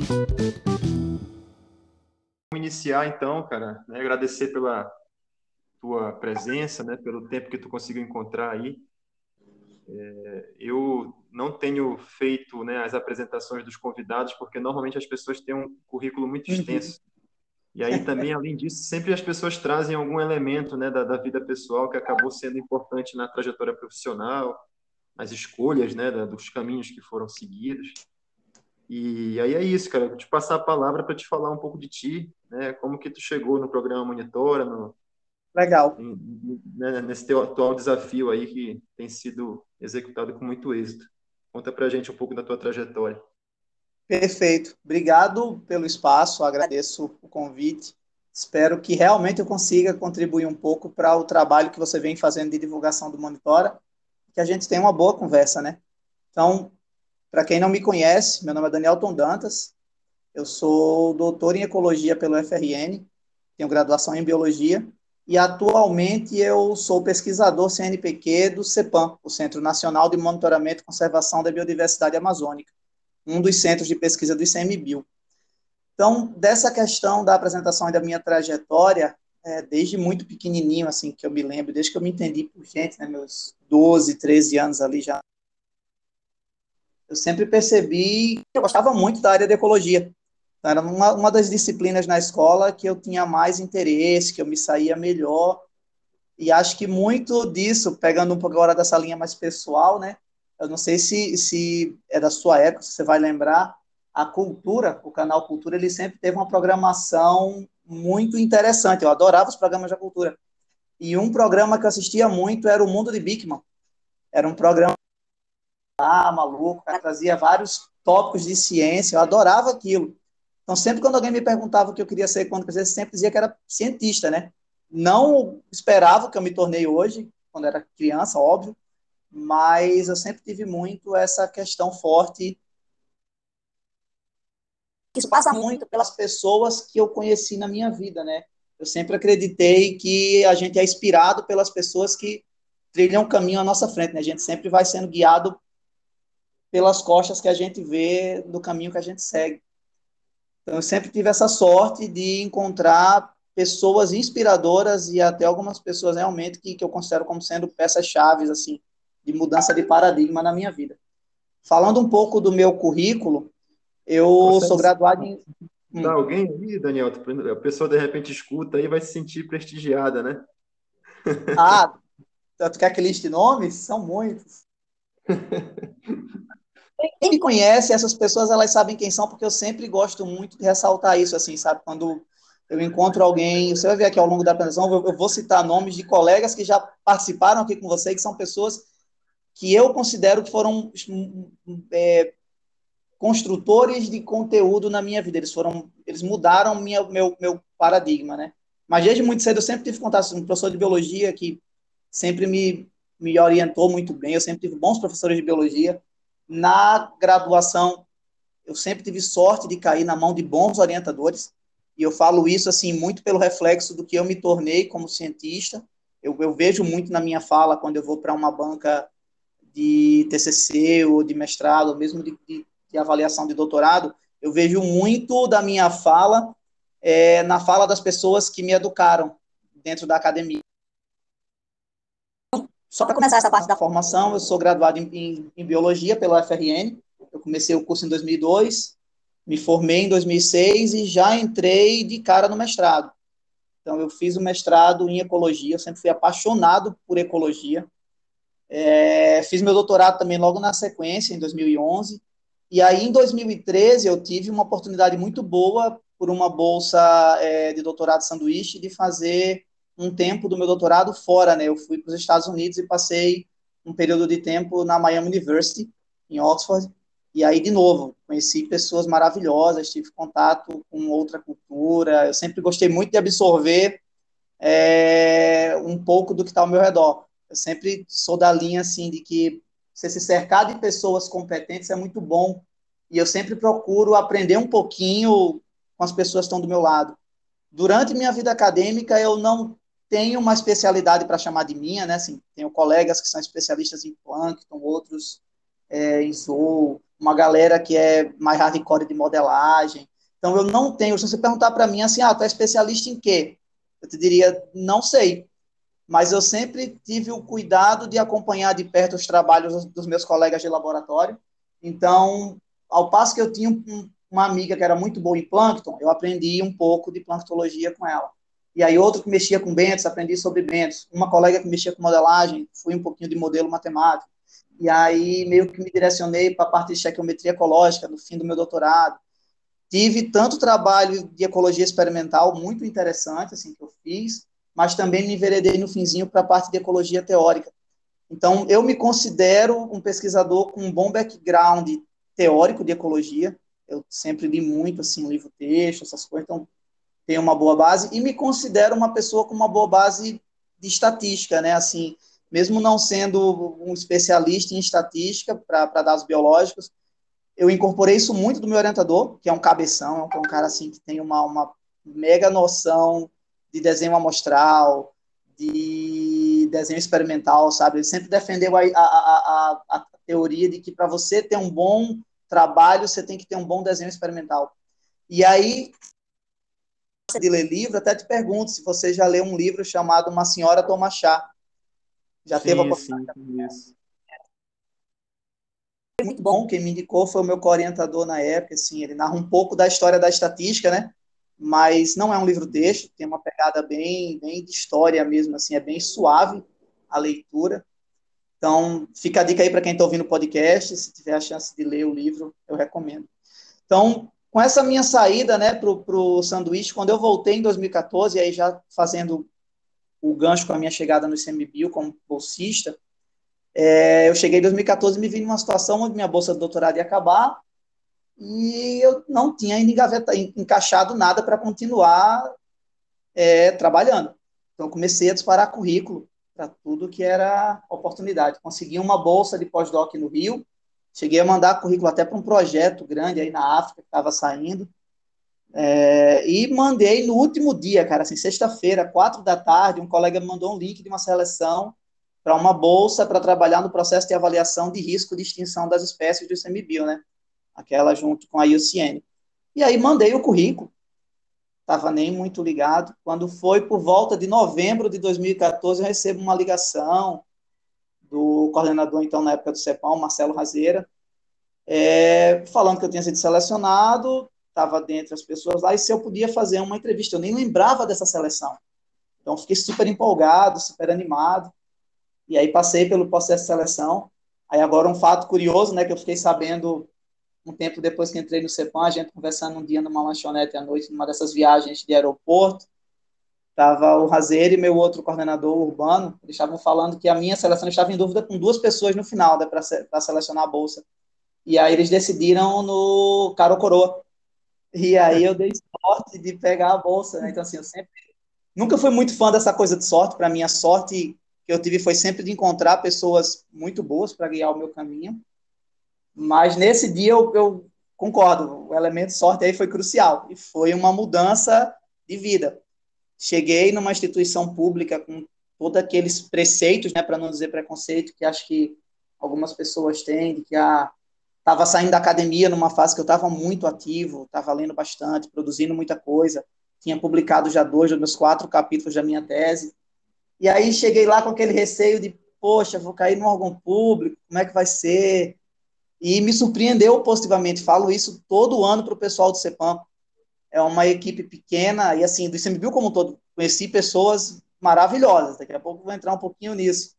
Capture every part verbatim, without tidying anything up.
Vamos iniciar então, cara, né? Agradecer pela tua presença, né? Pelo tempo que tu conseguiu encontrar aí. É, eu não tenho feito, né, as apresentações dos convidados porque normalmente as pessoas têm um currículo muito Uhum. extenso. E aí também, além disso, sempre as pessoas trazem algum elemento, né, da, da vida pessoal que acabou sendo importante na trajetória profissional, nas escolhas, né, da, dos caminhos que foram seguidos. E aí é isso, cara. Eu vou te passar a palavra para te falar um pouco de ti, né? Como que tu chegou no programa Monitora, no, Legal. em- né, nesse teu atual desafio aí que tem sido executado com muito êxito. Conta pra gente um pouco da tua trajetória. Perfeito. Obrigado pelo espaço, agradeço o convite. Espero que realmente eu consiga contribuir um pouco para o trabalho que você vem fazendo de divulgação do Monitora, que a gente tenha uma boa conversa, né? Então, para quem não me conhece, meu nome é Danielton Dantas, eu sou doutor em Ecologia pelo F R N, tenho graduação em Biologia, e atualmente eu sou pesquisador C N P Q do CEPAM, o Centro Nacional de Monitoramento e Conservação da Biodiversidade Amazônica, um dos centros de pesquisa do ICMBio. Então, dessa questão da apresentação e da minha trajetória, é, desde muito pequenininho, assim, que eu me lembro, desde que eu me entendi por gente, né, meus doze, treze anos ali já, eu sempre percebi que eu gostava muito da área de ecologia. Então, era uma, uma das disciplinas na escola que eu tinha mais interesse, que eu me saía melhor, e acho que muito disso, pegando um pouco agora dessa linha mais pessoal, né? Eu não sei se, se é da sua época, se você vai lembrar, a Cultura, o canal Cultura, ele sempre teve uma programação muito interessante. Eu adorava os programas da Cultura. E um programa que eu assistia muito era o Mundo de Bikman. Era um programa ah, maluco, que trazia vários tópicos de ciência. Eu adorava aquilo. Então, sempre quando alguém me perguntava o que eu queria ser quando crescesse, sempre dizia que era cientista, né? Não esperava o que eu me tornei hoje, quando era criança, óbvio, mas eu sempre tive muito essa questão forte. Isso passa muito pelas pessoas que eu conheci na minha vida, né? Eu sempre acreditei que a gente é inspirado pelas pessoas que trilham o caminho à nossa frente, né? A gente sempre vai sendo guiado pelas costas que a gente vê do caminho que a gente segue. Então, eu sempre tive essa sorte de encontrar pessoas inspiradoras e até algumas pessoas realmente que, que eu considero como sendo peças-chave, assim, de mudança de paradigma na minha vida. Falando um pouco do meu currículo, eu sou Consegue graduado em... dar Hum. alguém aí, Daniel? A pessoa de repente escuta aí e vai se sentir prestigiada, né? Ah, tu quer que liste nomes? São muitos. Quem me conhece, essas pessoas, elas sabem quem são, porque eu sempre gosto muito de ressaltar isso, assim, sabe? Quando eu encontro alguém, você vai ver aqui ao longo da apresentação, eu vou citar nomes de colegas que já participaram aqui com você, que são pessoas que eu considero que foram é, construtores de conteúdo na minha vida. Eles foram, eles mudaram minha, meu, meu paradigma, né? Mas desde muito cedo eu sempre tive contato com um professor de biologia que sempre me, me orientou muito bem. Eu sempre tive bons professores de biologia. Na graduação, eu sempre tive sorte de cair na mão de bons orientadores. E eu falo isso assim muito pelo reflexo do que eu me tornei como cientista. Eu, eu vejo muito na minha fala quando eu vou para uma banca de T C C ou de mestrado, ou mesmo de, de, de avaliação de doutorado, eu vejo muito da minha fala é, na fala das pessoas que me educaram dentro da academia. Só para começar essa parte da formação, eu sou graduado em, em, em Biologia pela F R N, eu comecei o curso em dois mil e dois, me formei em dois mil e seis e já entrei de cara no mestrado. Então, eu fiz o mestrado em Ecologia, eu sempre fui apaixonado por Ecologia. É, fiz meu doutorado também logo na sequência, em dois mil e onze. E aí, em dois mil e treze, eu tive uma oportunidade muito boa, por uma bolsa é, de doutorado sanduíche, de fazer um tempo do meu doutorado fora, né? Eu fui para os Estados Unidos e passei um período de tempo na Miami University, em Oxford. E aí, de novo, conheci pessoas maravilhosas, tive contato com outra cultura. Eu sempre gostei muito de absorver é, um pouco do que está ao meu redor. Eu sempre sou da linha assim de que você se cercar de pessoas competentes é muito bom. E eu sempre procuro aprender um pouquinho com as pessoas que estão do meu lado. Durante minha vida acadêmica, eu não tenho uma especialidade para chamar de minha, né? Assim, tenho colegas que são especialistas em plâncton, outros é, em zoo, uma galera que é mais hardcore de modelagem. Então, eu não tenho, se você perguntar para mim assim, ah, tu é especialista em quê? Eu te diria, não sei, mas eu sempre tive o cuidado de acompanhar de perto os trabalhos dos meus colegas de laboratório. Então, ao passo que eu tinha um, uma amiga que era muito boa em plâncton, eu aprendi um pouco de planctologia com ela. E aí outro que mexia com bentos, aprendi sobre bentos. Uma colega que mexia com modelagem, fui um pouquinho de modelo matemático. E aí meio que me direcionei para a parte de estequiometria ecológica no fim do meu doutorado. Tive tanto trabalho de ecologia experimental muito interessante, assim, que eu fiz, mas também me enveredei no finzinho para a parte de ecologia teórica. Então, eu me considero um pesquisador com um bom background teórico de ecologia. Eu sempre li muito, assim, livro-texto, essas coisas, então tenho uma boa base, e me considero uma pessoa com uma boa base de estatística, né, assim, mesmo não sendo um especialista em estatística para dados biológicos, eu incorporei isso muito do meu orientador, que é um cabeção, que é um cara assim que tem uma, uma mega noção de desenho amostral, de desenho experimental, sabe? Ele sempre defendeu a, a, a, a teoria de que para você ter um bom trabalho, você tem que ter um bom desenho experimental. E aí, de ler livro, até te pergunto se você já leu um livro chamado Uma Senhora Toma Chá. Já teve a Sim, oportunidade? sim, isso. Muito bom, quem me indicou foi o meu co-orientador na época, assim, ele narra um pouco da história da estatística, né, mas não é um livro-texto, tem uma pegada bem, bem de história mesmo, assim, é bem suave a leitura, então fica a dica aí para quem está ouvindo o podcast, se tiver a chance de ler o livro, eu recomendo. Então, com essa minha saída, né, para o sanduíche, quando eu voltei em dois mil e quatorze, aí já fazendo o gancho com a minha chegada no I C M B I como bolsista, é, eu cheguei em dois mil e quatorze e me vi numa situação onde minha bolsa de doutorado ia acabar e eu não tinha engaveta, encaixado nada para continuar é, trabalhando. Então, eu comecei a disparar currículo para tudo que era oportunidade. Consegui uma bolsa de pós-doc no Rio, cheguei a mandar currículo até para um projeto grande aí na África que estava saindo, é, e mandei no último dia, cara, assim, sexta-feira, quatro da tarde, um colega me mandou um link de uma seleção para uma bolsa para trabalhar no processo de avaliação de risco de extinção das espécies do I C M B I, né? Aquela junto com a I U C N. E aí mandei o currículo, estava nem muito ligado. Quando foi por volta de novembro de dois mil e quatorze, eu recebo uma ligação do coordenador, então, na época do CEPAM, Marcelo Razeira, é, falando que eu tinha sido selecionado, estava dentre as pessoas lá, e se eu podia fazer uma entrevista. Eu nem lembrava dessa seleção. Então, fiquei super empolgado, super animado. E aí passei pelo processo de seleção. Aí agora um fato curioso, né, que eu fiquei sabendo um tempo depois que entrei no CEPAM, a gente conversando um dia numa lanchonete à noite, numa dessas viagens de aeroporto, estava o Razeiro e meu outro coordenador urbano, eles estavam falando que a minha seleção estava em dúvida com duas pessoas no final, né, para selecionar a bolsa. E aí eles decidiram no Caro Coroa. E aí eu dei sorte de pegar a bolsa, né? Então, assim, eu sempre... Nunca fui muito fã dessa coisa de sorte. Para mim, a sorte que eu tive foi sempre de encontrar pessoas muito boas para guiar o meu caminho. Mas nesse dia eu, eu concordo, o elemento sorte aí foi crucial. E foi uma mudança de vida. Cheguei numa instituição pública com todos aqueles preceitos, né, para não dizer preconceito, que acho que algumas pessoas têm, de que a estava saindo da academia numa fase que eu estava muito ativo, estava lendo bastante, produzindo muita coisa, tinha publicado já dois dos meus quatro capítulos da minha tese, e aí cheguei lá com aquele receio de, poxa, vou cair num órgão público, como é que vai ser? E me surpreendeu positivamente, falo isso todo ano para o pessoal do CEPAM, é uma equipe pequena, e assim, do I C M B I como um todo, conheci pessoas maravilhosas, daqui a pouco vou entrar um pouquinho nisso.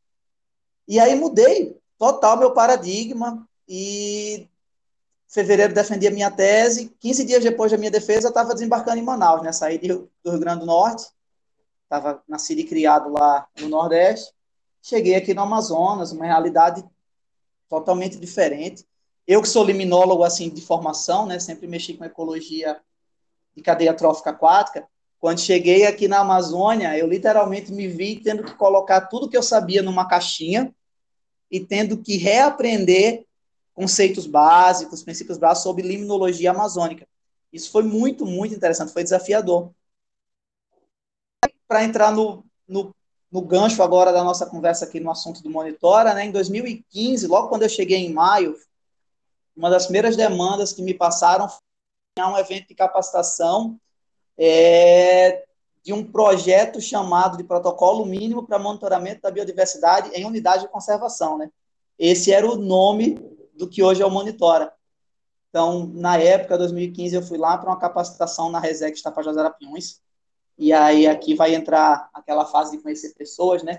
E aí mudei total meu paradigma, e fevereiro defendi a minha tese, quinze dias depois da minha defesa, eu estava desembarcando em Manaus, né? Saí do Rio Grande do Norte, estava nascido e criado lá no Nordeste, cheguei aqui no Amazonas, uma realidade totalmente diferente. Eu que sou liminólogo, assim, de formação, né? Sempre mexi com ecologia de cadeia trófica aquática. Quando cheguei aqui na Amazônia, eu literalmente me vi tendo que colocar tudo que eu sabia numa caixinha e tendo que reaprender conceitos básicos, princípios básicos sobre limnologia amazônica. Isso foi muito, muito interessante, foi desafiador. Para entrar no, no, no gancho agora da nossa conversa aqui no assunto do Monitora, né, em dois mil e quinze, logo quando eu cheguei em maio, uma das primeiras demandas que me passaram foi um evento de capacitação é, de um projeto chamado de Protocolo Mínimo para Monitoramento da Biodiversidade em Unidade de Conservação, né? Esse era o nome do que hoje é o Monitora. Então, na época, dois mil e quinze, eu fui lá para uma capacitação na Resex Tapajós Arapiuns, e aí aqui vai entrar aquela fase de conhecer pessoas, né?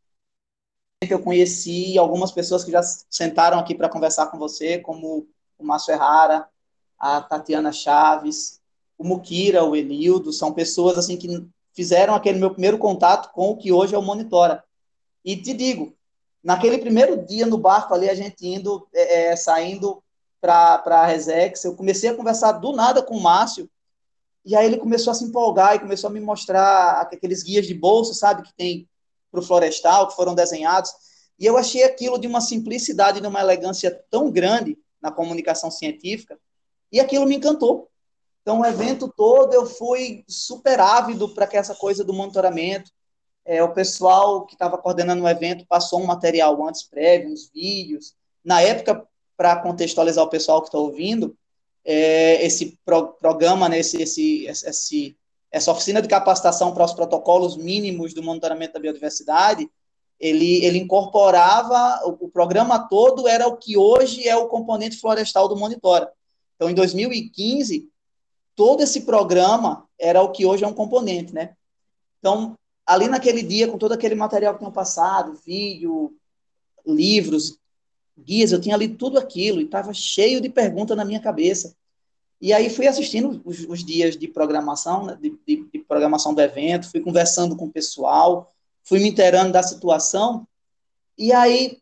Eu conheci algumas pessoas que já sentaram aqui para conversar com você, como o Márcio Errara, a Tatiana Chaves, o Mukira, o Elildo, são pessoas assim que fizeram aquele meu primeiro contato com o que hoje é o Monitora. E te digo, naquele primeiro dia no barco ali, a gente indo, é, é, saindo para a Resex, eu comecei a conversar do nada com o Márcio, e aí ele começou a se empolgar e começou a me mostrar aqueles guias de bolso, sabe, que tem para o florestal, que foram desenhados, e eu achei aquilo de uma simplicidade e de uma elegância tão grande na comunicação científica, e aquilo me encantou. Então, o evento todo, eu fui super ávido para que essa coisa do monitoramento, é, o pessoal que estava coordenando o evento passou um material antes prévio, uns vídeos. Na época, para contextualizar o pessoal que está ouvindo, é, esse pro, programa, né, esse, esse, esse, essa oficina de capacitação para os protocolos mínimos do monitoramento da biodiversidade, ele, ele incorporava, o, o programa todo era o que hoje é o componente florestal do Monitora. Então, em dois mil e quinze, todo esse programa era o que hoje é um componente, né? Então, ali naquele dia, com todo aquele material que tinham passado, vídeo, livros, guias, eu tinha lido tudo aquilo e estava cheio de perguntas na minha cabeça. E aí fui assistindo os, os dias de programação, né, de, de, de programação do evento, fui conversando com o pessoal, fui me inteirando da situação, e aí,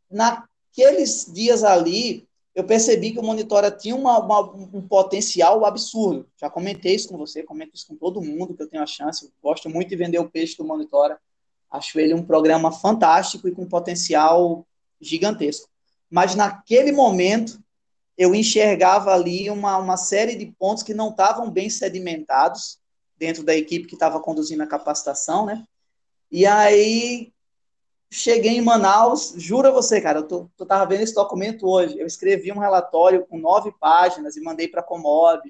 naqueles dias ali, eu percebi que o Monitora tinha uma, uma, um potencial absurdo. Já comentei isso com você, comento isso com todo mundo que eu tenho a chance. Eu gosto muito de vender o peixe do Monitora. Acho ele um programa fantástico e com potencial gigantesco. Mas naquele momento, eu enxergava ali uma, uma série de pontos que não estavam bem sedimentados dentro da equipe que estava conduzindo a capacitação, né? E aí cheguei em Manaus, juro a você, cara, eu, tô, eu tava vendo esse documento hoje, eu escrevi um relatório com nove páginas e mandei para a Comob,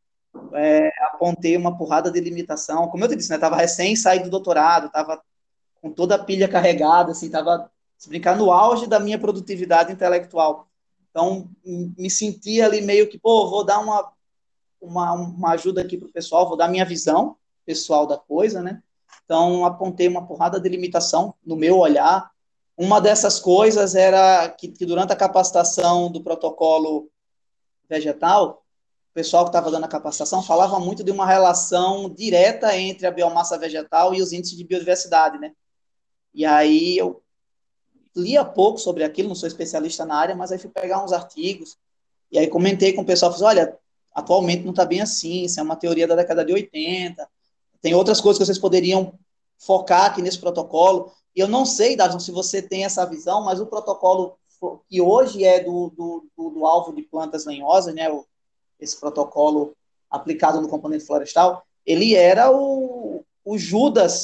é, apontei uma porrada de limitação, como eu te disse, né, tava recém saído do doutorado, tava com toda a pilha carregada, assim, tava, se brincar, no auge da minha produtividade intelectual. Então, me senti ali meio que, pô, vou dar uma, uma, uma ajuda aqui pro pessoal, vou dar minha visão pessoal da coisa, né? Então, apontei uma porrada de limitação no meu olhar. Uma dessas coisas era que, que durante a capacitação do protocolo vegetal, o pessoal que estava dando a capacitação falava muito de uma relação direta entre a biomassa vegetal e os índices de biodiversidade, né? E aí eu lia pouco sobre aquilo, não sou especialista na área, mas aí fui pegar uns artigos, e aí comentei com o pessoal, fiz, olha, atualmente não está bem assim, isso é uma teoria da década de oitenta, tem outras coisas que vocês poderiam focar aqui nesse protocolo. E eu não sei, Davison, se você tem essa visão, mas o protocolo que hoje é do, do, do, do alvo de plantas lenhosas, né, o, esse protocolo aplicado no componente florestal, ele era o, o Judas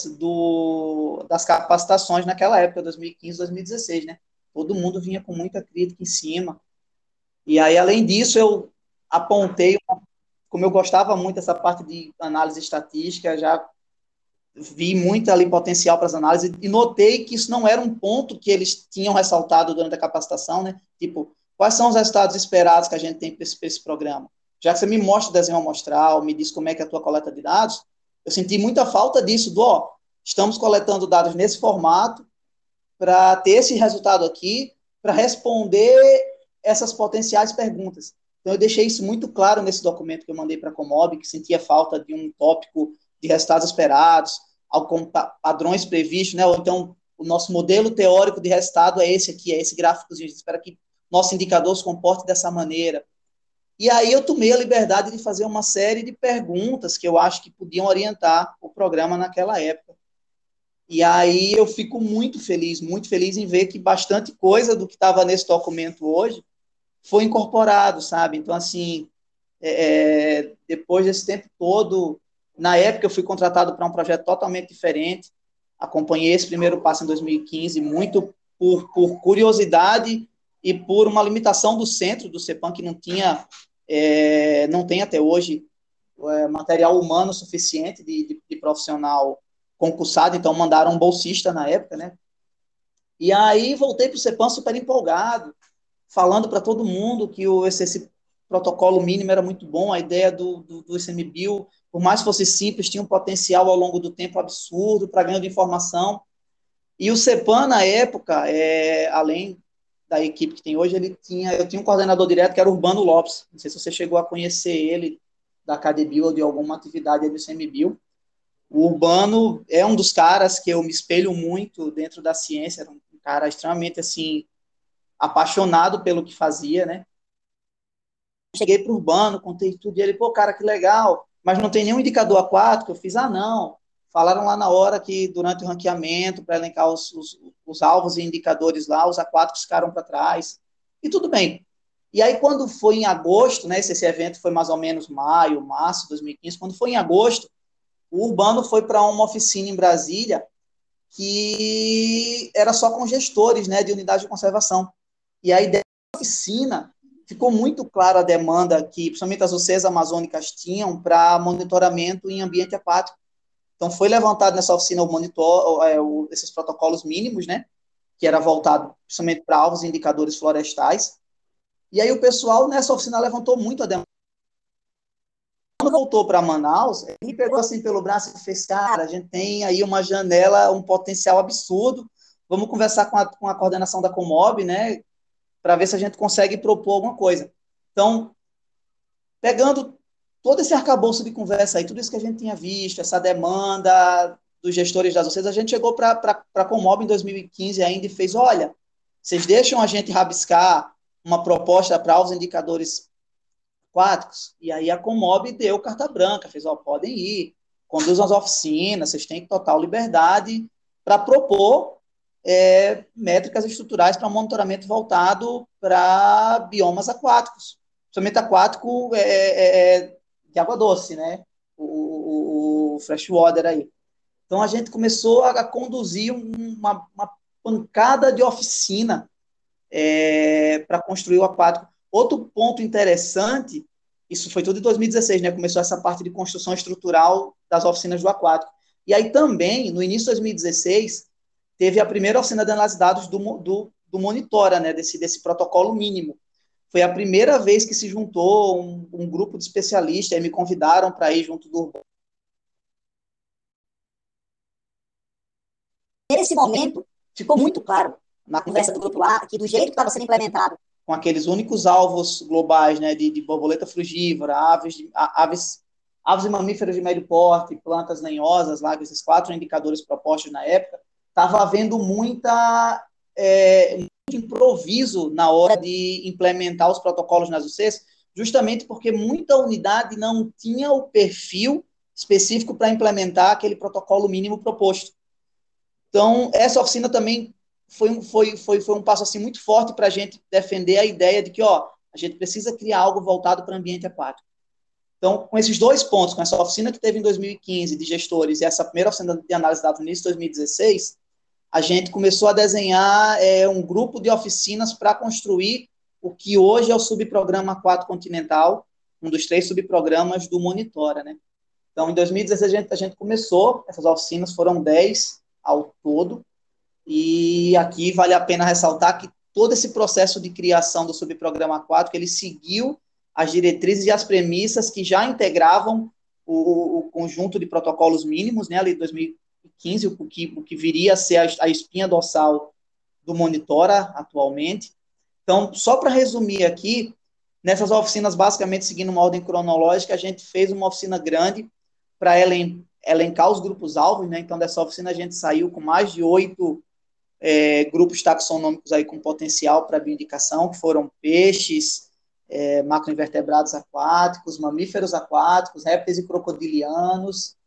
do, das capacitações naquela época, dois mil e quinze, dois mil e dezesseis, né? Todo mundo vinha com muita crítica em cima. E aí, além disso, eu apontei, como eu gostava muito dessa parte de análise estatística, já vi muito ali potencial para as análises e notei que isso não era um ponto que eles tinham ressaltado durante a capacitação, né? Tipo, quais são os resultados esperados que a gente tem para esse, esse programa? Já que você me mostra o desenho amostral, me diz como é que é a tua coleta de dados, eu senti muita falta disso, do, ó, estamos coletando dados nesse formato para ter esse resultado aqui, para responder essas potenciais perguntas. Então, eu deixei isso muito claro nesse documento que eu mandei para a Comob, que sentia falta de um tópico de resultados esperados, com padrões previstos, né? Ou então, o nosso modelo teórico de resultado é esse aqui, é esse gráficozinho, a gente espera que nosso indicador se comporte dessa maneira. E aí eu tomei a liberdade de fazer uma série de perguntas que eu acho que podiam orientar o programa naquela época. E aí eu fico muito feliz, muito feliz em ver que bastante coisa do que estava nesse documento hoje foi incorporado, sabe? Então, assim, é, depois desse tempo todo, na época eu fui contratado para um projeto totalmente diferente, acompanhei esse primeiro passo em dois mil e quinze, muito por, por curiosidade e por uma limitação do centro do CEPAM, que não tinha, é, não tem até hoje é, material humano suficiente de, de, de profissional concursado, então mandaram um bolsista na época, né? E aí voltei para o CEPAM super empolgado, falando para todo mundo que o, esse, esse protocolo mínimo era muito bom, a ideia do, do, do ICMBio, por mais que fosse simples, tinha um potencial ao longo do tempo absurdo para ganho de informação. E o CEPAM, na época, é, além da equipe que tem hoje, ele tinha, eu tinha um coordenador direto que era Urbano Lopes. Não sei se você chegou a conhecer ele da Cadebio ou de alguma atividade do ICMBio. O Urbano é um dos caras que eu me espelho muito dentro da ciência, era um cara extremamente assim apaixonado pelo que fazia, né? Cheguei para o Urbano, contei tudo, e ele, pô, cara, que legal, mas não tem nenhum indicador aquático. Eu fiz, ah, não. Falaram lá na hora que, durante o ranqueamento, para elencar os, os, os alvos e indicadores lá, os aquáticos ficaram para trás. E tudo bem. E aí, quando foi em agosto, né, esse, esse evento foi mais ou menos maio, março de dois mil e quinze, quando foi em agosto, o Urbano foi para uma oficina em Brasília que era só com gestores, né, de unidade de conservação. E aí, dessa oficina, ficou muito clara a demanda que, principalmente as U Cs amazônicas, tinham para monitoramento em ambiente aquático. Então, foi levantado nessa oficina o monitor, é, o, esses protocolos mínimos, né, que era voltado principalmente para alvos e indicadores florestais. E aí o pessoal nessa oficina levantou muito a demanda. Quando voltou para Manaus, ele me pegou assim pelo braço e fez, cara, a gente tem aí uma janela, um potencial absurdo, vamos conversar com a, com a coordenação da Comob, né, para ver se a gente consegue propor alguma coisa. Então, pegando todo esse arcabouço de conversa aí, tudo isso que a gente tinha visto, essa demanda dos gestores das U Cs, a gente chegou para a Comob em dois mil e quinze ainda e fez, olha, vocês deixam a gente rabiscar uma proposta para os indicadores aquáticos? E aí a Comob deu carta branca, fez, ó, podem ir, conduzam as oficinas, vocês têm total liberdade para propor é, métricas estruturais para monitoramento voltado para biomas aquáticos. Principalmente aquático é, é, é de água doce, né? O, o, o freshwater aí. Então a gente começou a, a conduzir uma, uma pancada de oficina é, para construir o aquático. Outro ponto interessante, isso foi tudo em dois mil e dezesseis, né? Começou essa parte de construção estrutural das oficinas do aquático. E aí também, no início de dois mil e dezesseis, teve a primeira oficina de análise de dados do, do, do Monitora, né? Desse, desse protocolo mínimo. Foi a primeira vez que se juntou um, um grupo de especialistas, e me convidaram para ir junto do Urbano. Nesse momento, ficou muito claro, na conversa do grupo lá, que do jeito que estava sendo implementado, com aqueles únicos alvos globais, né, de, de borboleta frugívora, aves, de, aves, aves e mamíferos de médio porte, plantas lenhosas, lá, esses quatro indicadores propostos na época, estava havendo muita, é, muito improviso na hora de implementar os protocolos nas U Cs, justamente porque muita unidade não tinha o perfil específico para implementar aquele protocolo mínimo proposto. Então, essa oficina também foi um, foi, foi, foi um passo assim, muito forte para a gente defender a ideia de que ó, a gente precisa criar algo voltado para o ambiente aquático. Então, com esses dois pontos, com essa oficina que teve em dois mil e quinze de gestores e essa primeira oficina de análise de dados no início de dois mil e dezesseis, a gente começou a desenhar é, um grupo de oficinas para construir o que hoje é o subprograma Aquático Continental, um dos três subprogramas do Monitora, né? Então, em dois mil e dezesseis, a gente, a gente começou, essas oficinas foram dez ao todo, e aqui vale a pena ressaltar que todo esse processo de criação do subprograma aquático, ele seguiu as diretrizes e as premissas que já integravam o, o conjunto de protocolos mínimos, né, ali de dois mil e quinze, o que, o que viria a ser a, a espinha dorsal do Monitora atualmente. Então, só para resumir aqui, nessas oficinas, basicamente seguindo uma ordem cronológica, a gente fez uma oficina grande para elen elencar os grupos-alvos, né? Então, dessa oficina a gente saiu com mais de oito é, grupos taxonômicos aí com potencial para bioindicação, que foram peixes, é, macroinvertebrados aquáticos, mamíferos aquáticos, répteis e crocodilianos,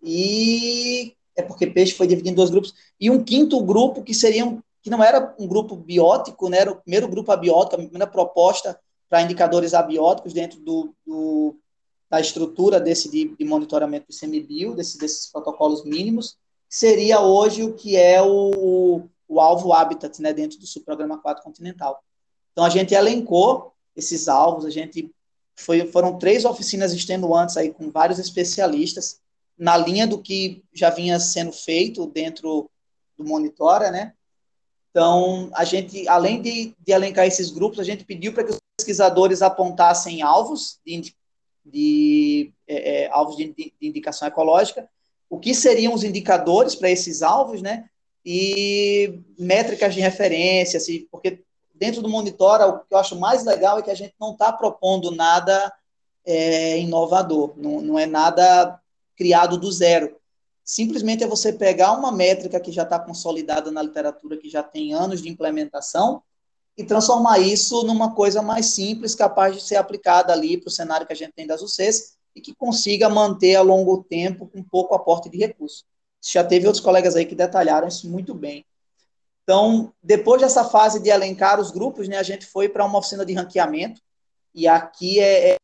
e é porque peixe foi dividido em dois grupos, e um quinto grupo que seria um, que não era um grupo biótico, né? Era o primeiro grupo abiótico, a primeira proposta para indicadores abióticos dentro do, do da estrutura desse de, de monitoramento do ICMBio, desse, desses protocolos mínimos, seria hoje o que é o, o alvo habitat, né, dentro do subprograma aquático continental. Então, a gente elencou esses alvos, a gente foi, foram três oficinas extenuantes aí com vários especialistas na linha do que já vinha sendo feito dentro do Monitora, né? Então, a gente, além de, de elencar esses grupos, a gente pediu para que os pesquisadores apontassem alvos de, de é, é, alvos de, de indicação ecológica, o que seriam os indicadores para esses alvos, né? E métricas de referência, assim, porque dentro do Monitora, o que eu acho mais legal é que a gente não está propondo nada é, inovador, não, não é nada criado do zero. Simplesmente é você pegar uma métrica que já está consolidada na literatura, que já tem anos de implementação, e transformar isso numa coisa mais simples, capaz de ser aplicada ali para o cenário que a gente tem das U Cs e que consiga manter a longo tempo com pouco aporte de recursos. Já teve outros colegas aí que detalharam isso muito bem. Então, depois dessa fase de elencar os grupos, né, a gente foi para uma oficina de ranqueamento, e aqui é, é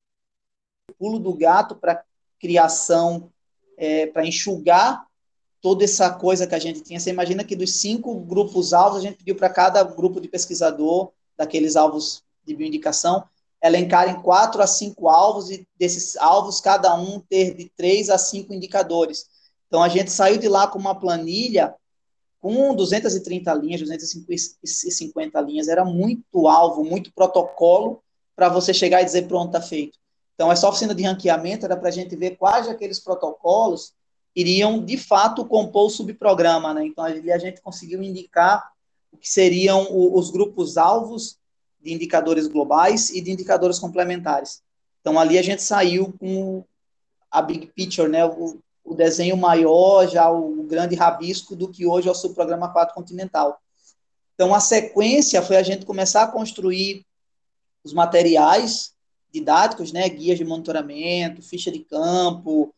o pulo do gato para criação, é, para enxugar toda essa coisa que a gente tinha. Você imagina que dos cinco grupos alvos, a gente pediu para cada grupo de pesquisador, daqueles alvos de bioindicação, elencarem quatro a cinco alvos, e desses alvos, cada um ter de três a cinco indicadores. Então, a gente saiu de lá com uma planilha com duzentas e trinta linhas, duzentas e cinquenta linhas, era muito alvo, muito protocolo para você chegar e dizer, pronto, está feito. Então, essa oficina de ranqueamento era para a gente ver quais daqueles protocolos iriam, de fato, compor o subprograma, né? Então, ali a gente conseguiu indicar o que seriam os grupos-alvos de indicadores globais e de indicadores complementares. Então, ali a gente saiu com a big picture, né? O, o desenho maior, já o grande rabisco do que hoje é o subprograma quatro continental. Então, a sequência foi a gente começar a construir os materiais didáticos, né? Guias de monitoramento, ficha de campo,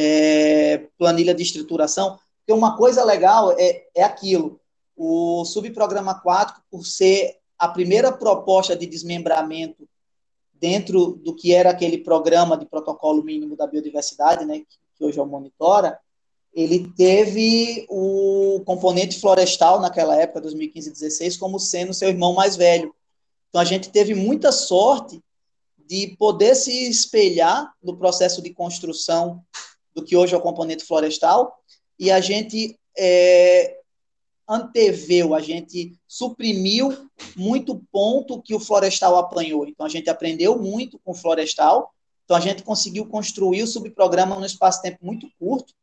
é, planilha de estruturação, porque uma coisa legal é, é aquilo, o subprograma quatro, por ser a primeira proposta de desmembramento dentro do que era aquele programa de protocolo mínimo da biodiversidade, né, que hoje é o Monitora, ele teve o componente florestal naquela época, dois mil e quinze e dois mil e dezesseis, como sendo seu irmão mais velho. Então, a gente teve muita sorte de poder se espelhar no processo de construção do que hoje é o componente florestal, e a gente é, anteveu, a gente suprimiu muito ponto que o florestal apanhou. Então, a gente aprendeu muito com o florestal, então a gente conseguiu construir o subprograma num espaço-tempo muito curto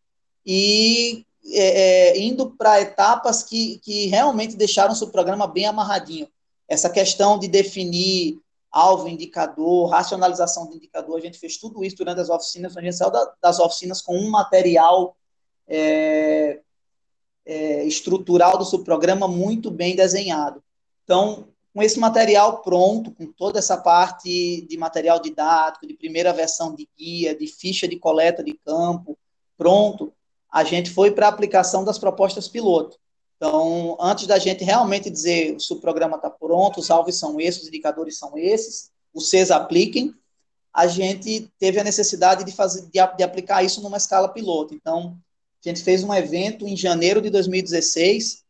e é, é, indo para etapas que, que realmente deixaram o subprograma bem amarradinho. Essa questão de definir alvo, indicador, racionalização de indicador, a gente fez tudo isso durante as oficinas, a gente saiu da, das oficinas com um material é, é, estrutural do subprograma muito bem desenhado. Então, com esse material pronto, com toda essa parte de material didático, de primeira versão de guia, de ficha de coleta de campo, pronto, a gente foi para a aplicação das propostas piloto. Então, antes da gente realmente dizer o subprograma está pronto, os alvos são esses, os indicadores são esses, vocês apliquem, a gente teve a necessidade de, fazer, de, de aplicar isso numa escala piloto. Então, a gente fez um evento em janeiro de dois mil e dezesseis.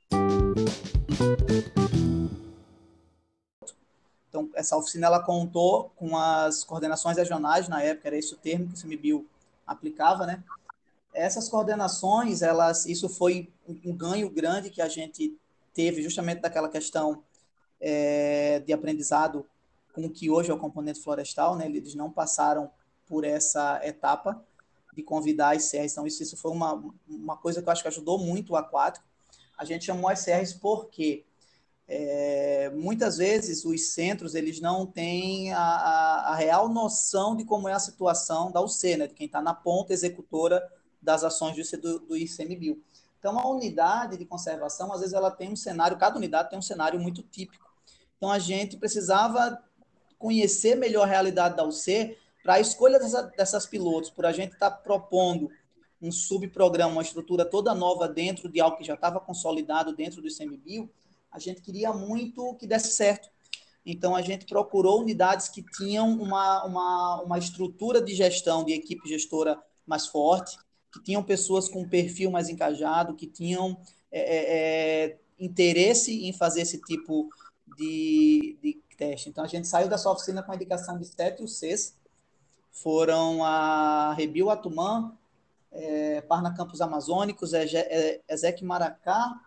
Então, essa oficina ela contou com as coordenações regionais, na época era esse o termo que o CMBio aplicava, né? Essas coordenações, elas, isso foi um ganho grande que a gente teve justamente daquela questão é, de aprendizado com o que hoje é o componente florestal, né? Eles não passaram por essa etapa de convidar as C Rs. Então, isso, isso foi uma, uma coisa que eu acho que ajudou muito o aquático. A gente chamou as C Rs porque é, muitas vezes os centros eles não têm a, a, a real noção de como é a situação da U C, né? De quem está na ponta executora das ações do, do ICMBio. Então, a unidade de conservação, às vezes, ela tem um cenário, cada unidade tem um cenário muito típico. Então, a gente precisava conhecer melhor a realidade da U C para a escolha dessa, dessas pilotos, por a gente estar tá propondo um subprograma, uma estrutura toda nova dentro de algo que já estava consolidado dentro do ICMBio, a gente queria muito que desse certo. Então, a gente procurou unidades que tinham uma, uma, uma estrutura de gestão, de equipe gestora mais forte, que tinham pessoas com um perfil mais engajado, que tinham é, é, interesse em fazer esse tipo de, de teste. Então, a gente saiu da sua oficina com a indicação de sete U Cs, foram a Rebio Atumã, é, Parna Campos Amazônicos, Ezek Maracá,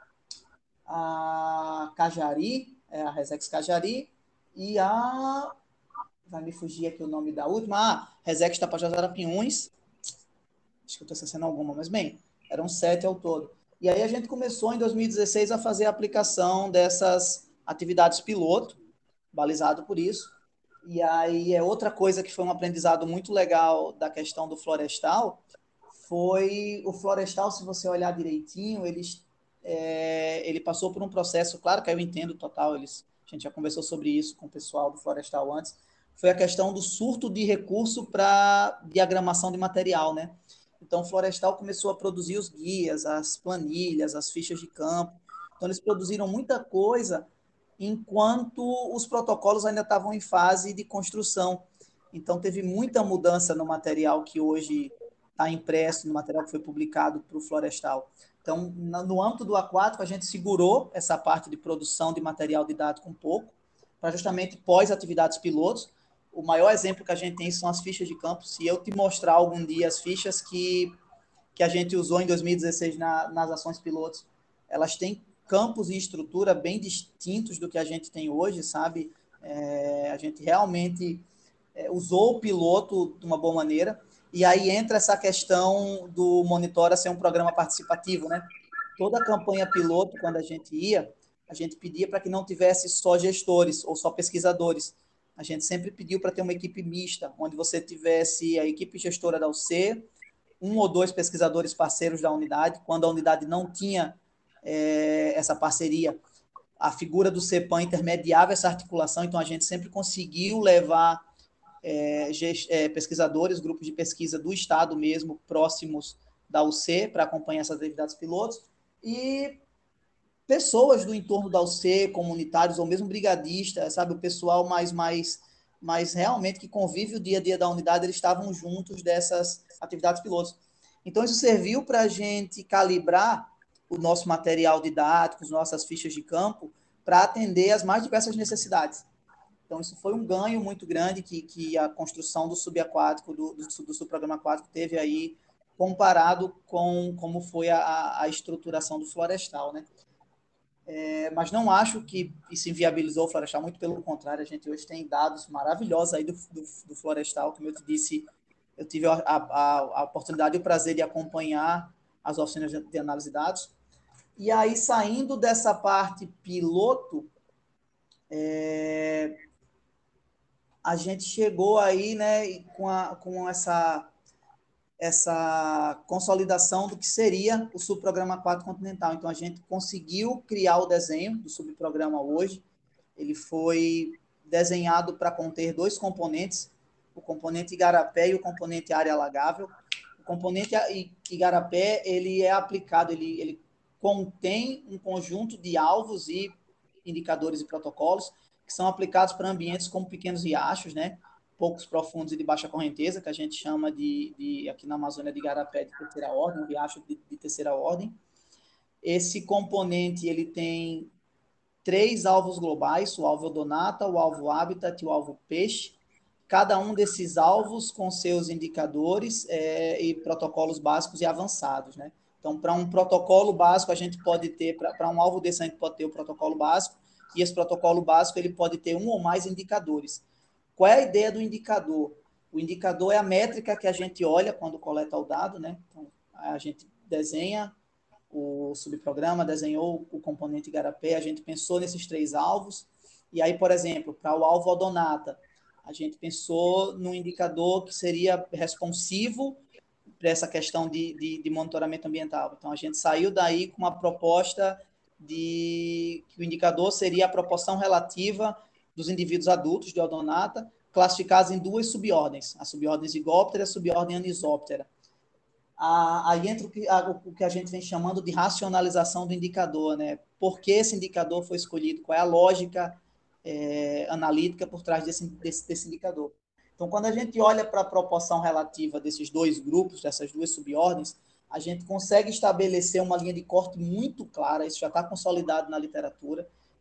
a Cajari, é, a Resex Cajari, e a... vai me fugir aqui o nome da última, ah, Resex Tapajós Arapiuns, acho que eu estou esquecendo alguma, mas bem, eram sete ao todo. E aí a gente começou em dois mil e dezesseis a fazer a aplicação dessas atividades piloto, balizado por isso. E aí é outra coisa que foi um aprendizado muito legal da questão do florestal, foi o florestal, se você olhar direitinho, eles, é, ele passou por um processo, claro que eu entendo total, eles, a gente já conversou sobre isso com o pessoal do florestal antes, foi a questão do surto de recurso para diagramação de material, né? Então, o florestal começou a produzir os guias, as planilhas, as fichas de campo. Então, eles produziram muita coisa enquanto os protocolos ainda estavam em fase de construção. Então, teve muita mudança no material que hoje está impresso, no material que foi publicado para o florestal. Então, no âmbito do aquático, a gente segurou essa parte de produção de material didático um pouco, para justamente pós-atividades pilotos. O maior exemplo que a gente tem são as fichas de campo. Se eu te mostrar algum dia as fichas que, que a gente usou em dois mil e dezesseis na, nas ações pilotos, elas têm campos e estrutura bem distintos do que a gente tem hoje, sabe? É, a gente realmente é, usou o piloto de uma boa maneira. E aí entra essa questão do Monitora ser um programa participativo, né? Toda a campanha piloto, quando a gente ia, a gente pedia para que não tivesse só gestores ou só pesquisadores. A gente sempre pediu para ter uma equipe mista, onde você tivesse a equipe gestora da U C, um ou dois pesquisadores parceiros da unidade. Quando a unidade não tinha é, essa parceria, a figura do CEPAM intermediava essa articulação, então a gente sempre conseguiu levar é, é, pesquisadores, grupos de pesquisa do Estado mesmo, próximos da U C, para acompanhar essas atividades pilotos, e pessoas do entorno da U C, comunitários, ou mesmo brigadistas, sabe, o pessoal mais, mais, mais realmente que convive o dia a dia da unidade, eles estavam juntos dessas atividades pilotos. Então, isso serviu para a gente calibrar o nosso material didático, as nossas fichas de campo, para atender as mais diversas necessidades. Então, isso foi um ganho muito grande que, que a construção do subaquático, do, do, do subprograma aquático, teve aí, comparado com como foi a, a estruturação do florestal, né? É, mas não acho que isso inviabilizou o florestal, muito pelo contrário, a gente hoje tem dados maravilhosos aí do, do, do florestal, como eu te disse, eu tive a, a, a oportunidade e o prazer de acompanhar as oficinas de, de análise de dados. E aí, saindo dessa parte piloto, é, a gente chegou aí, né, com, a, com essa, essa consolidação do que seria o subprograma aquático continental. Então, a gente conseguiu criar o desenho do subprograma hoje. Ele foi desenhado para conter dois componentes, o componente igarapé e o componente área alagável. O componente igarapé, ele é aplicado, ele, ele contém um conjunto de alvos e indicadores e protocolos que são aplicados para ambientes como pequenos riachos, né? Poucos profundos e de baixa correnteza, que a gente chama de, de aqui na Amazônia, de igarapé de terceira ordem, um riacho de, de terceira ordem. Esse componente, ele tem três alvos globais, o alvo odonata, o alvo habitat e o alvo peixe. Cada um desses alvos com seus indicadores é, e protocolos básicos e avançados, né? Então, para um protocolo básico, a gente pode ter, para um alvo desse, a gente pode ter o protocolo básico, e esse protocolo básico ele pode ter um ou mais indicadores. Qual é a ideia do indicador? O indicador é a métrica que a gente olha quando coleta o dado, né? Então, a gente desenha o subprograma, desenhou o componente igarapé, a gente pensou nesses três alvos, e aí, por exemplo, para o alvo odonata, a gente pensou num indicador que seria responsivo para essa questão de, de, de monitoramento ambiental. Então, a gente saiu daí com uma proposta de que o indicador seria a proporção relativa dos indivíduos adultos de odonata, classificados em duas subordens, a subordem zigóptera e a subordem anisóptera. Aí entra o que, a, o que a gente vem chamando de racionalização do indicador, né? Por que esse indicador foi escolhido? Qual é a lógica é, analítica por trás desse, desse, desse indicador? Então, quando a gente olha para a proporção relativa desses dois grupos, dessas duas subordens, a gente consegue estabelecer uma linha de corte muito clara, isso já está consolidado na literatura,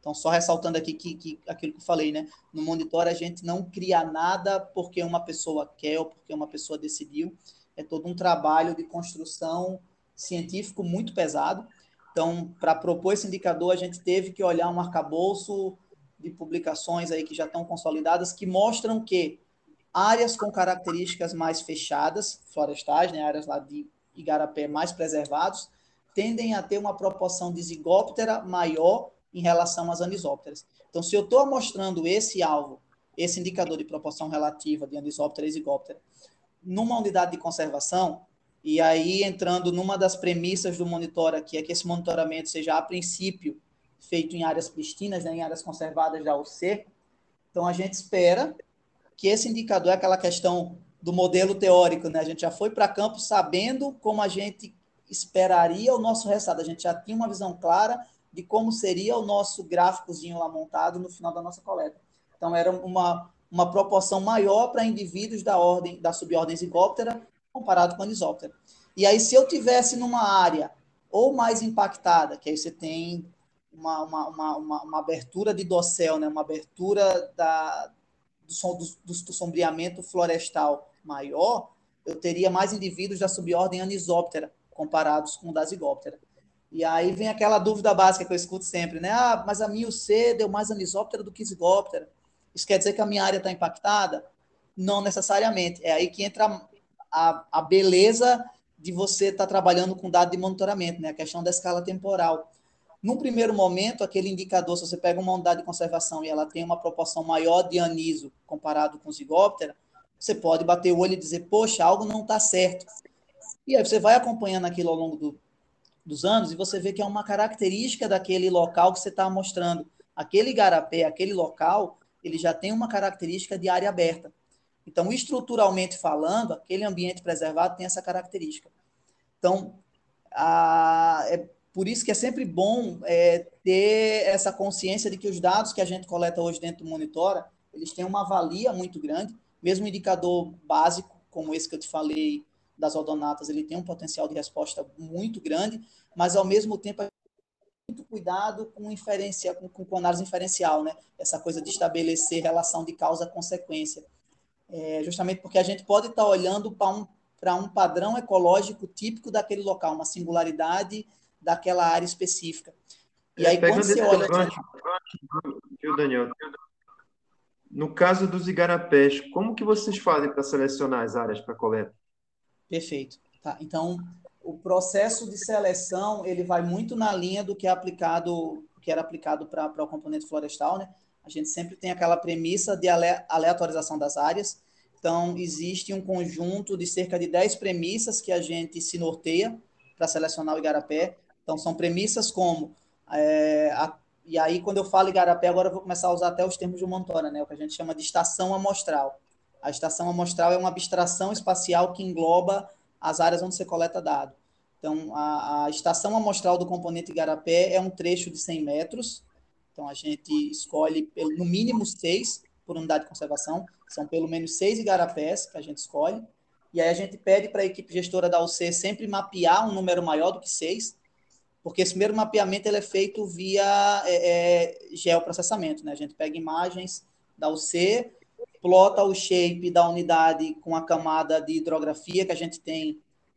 Então, só ressaltando aqui que, que aquilo que eu falei, né? No Monitor, a gente não cria nada porque uma pessoa quer ou porque uma pessoa decidiu. É todo um trabalho de construção científico muito pesado. Então, para propor esse indicador, a gente teve que olhar um arcabouço de publicações aí que já estão consolidadas, que mostram que áreas com características mais fechadas, florestais, né, áreas lá de igarapé mais preservados, tendem a ter uma proporção de zigóptera maior em relação às anisópteras. Então, se eu estou mostrando esse alvo, esse indicador de proporção relativa de anisóptera e zigóptera, numa unidade de conservação, e aí entrando numa das premissas do monitor aqui, é que esse monitoramento seja, a princípio, feito em áreas pristinas, né, em áreas conservadas da U C, então a gente espera que esse indicador é aquela questão do modelo teórico, né? A gente já foi para campo sabendo como a gente esperaria o nosso resultado, a gente já tinha uma visão clara de como seria o nosso gráficozinho lá montado no final da nossa coleta. Então, era uma, uma proporção maior para indivíduos da ordem da subordem zigóptera comparado com a anisóptera. E aí, se eu tivesse numa área ou mais impactada, que aí você tem uma, uma, uma, uma, uma abertura de dossel, né? Uma abertura da, do, som, do, do sombreamento florestal maior, eu teria mais indivíduos da subordem anisóptera comparados com o da zigóptera. E aí vem aquela dúvida básica que eu escuto sempre, né? Ah, mas a minha U C deu mais anisóptera do que zigóptera. Isso quer dizer que a minha área está impactada? Não necessariamente. É aí que entra a, a beleza de você estar tá trabalhando com dado de monitoramento, né? A questão da escala temporal. Num primeiro momento, aquele indicador, se você pega uma unidade de conservação e ela tem uma proporção maior de aniso comparado com zigóptera, você pode bater o olho e dizer, poxa, algo não está certo. E aí você vai acompanhando aquilo ao longo do, dos anos e você vê que é uma característica daquele local que você está mostrando. Aquele igarapé, aquele local, ele já tem uma característica de área aberta. Então, estruturalmente falando, aquele ambiente preservado tem essa característica. Então, a, é por isso que é sempre bom é, ter essa consciência de que os dados que a gente coleta hoje dentro do Monitora, eles têm uma valia muito grande, mesmo um indicador básico, como esse que eu te falei, das odonatas, ele tem um potencial de resposta muito grande, mas, ao mesmo tempo, muito cuidado com inferência, com, com análise inferencial, né? Essa coisa de estabelecer relação de causa-consequência. É, justamente porque a gente pode estar olhando para um, para um padrão ecológico típico daquele local, uma singularidade daquela área específica. E É, aí, quando pegando você esse teu olha... gancho, viu, Daniel? No caso dos igarapés, como que vocês fazem para selecionar as áreas para coleta? Perfeito. Tá, então, o processo de seleção, ele vai muito na linha do que é aplicado, que era aplicado para o componente florestal, né? A gente sempre tem aquela premissa de aleatorização das áreas. Então, existe um conjunto de cerca de dez premissas que a gente se norteia para selecionar o igarapé. Então, são premissas como... É, a, e aí, quando eu falo igarapé, agora eu vou começar a usar até os termos de Montana, né? O que a gente chama de estação amostral. A estação amostral é uma abstração espacial que engloba as áreas onde você coleta dado. Então, a, a estação amostral do componente igarapé é um trecho de cem metros. Então, a gente escolhe no mínimo seis por unidade de conservação. São pelo menos seis igarapés que a gente escolhe. E aí a gente pede para a equipe gestora da U C sempre mapear um número maior do que seis, porque esse primeiro mapeamento ele é feito via é, é, geoprocessamento. Né? A gente pega imagens da U C, plota o shape da unidade com a camada de hidrografia que a gente tem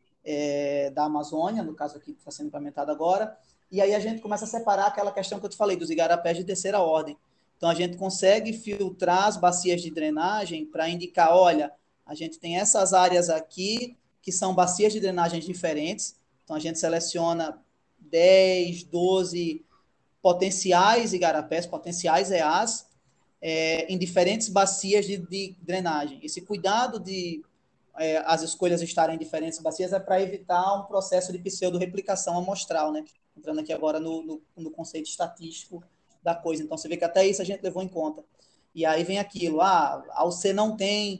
é, da Amazônia, no caso aqui que está sendo implementado agora, e aí a gente começa a separar aquela questão que eu te falei, dos igarapés de terceira ordem. Então, a gente consegue filtrar as bacias de drenagem para indicar, olha, a gente tem essas áreas aqui que são bacias de drenagem diferentes, então a gente seleciona dez, doze potenciais igarapés, potenciais E As, é, em diferentes bacias de, de drenagem. Esse cuidado de é, as escolhas estarem em diferentes bacias é para evitar um processo de pseudo-replicação amostral, né? Entrando aqui agora no, no, no conceito estatístico da coisa. Então, você vê que até isso a gente levou em conta. E aí vem aquilo, ah, a U C não tem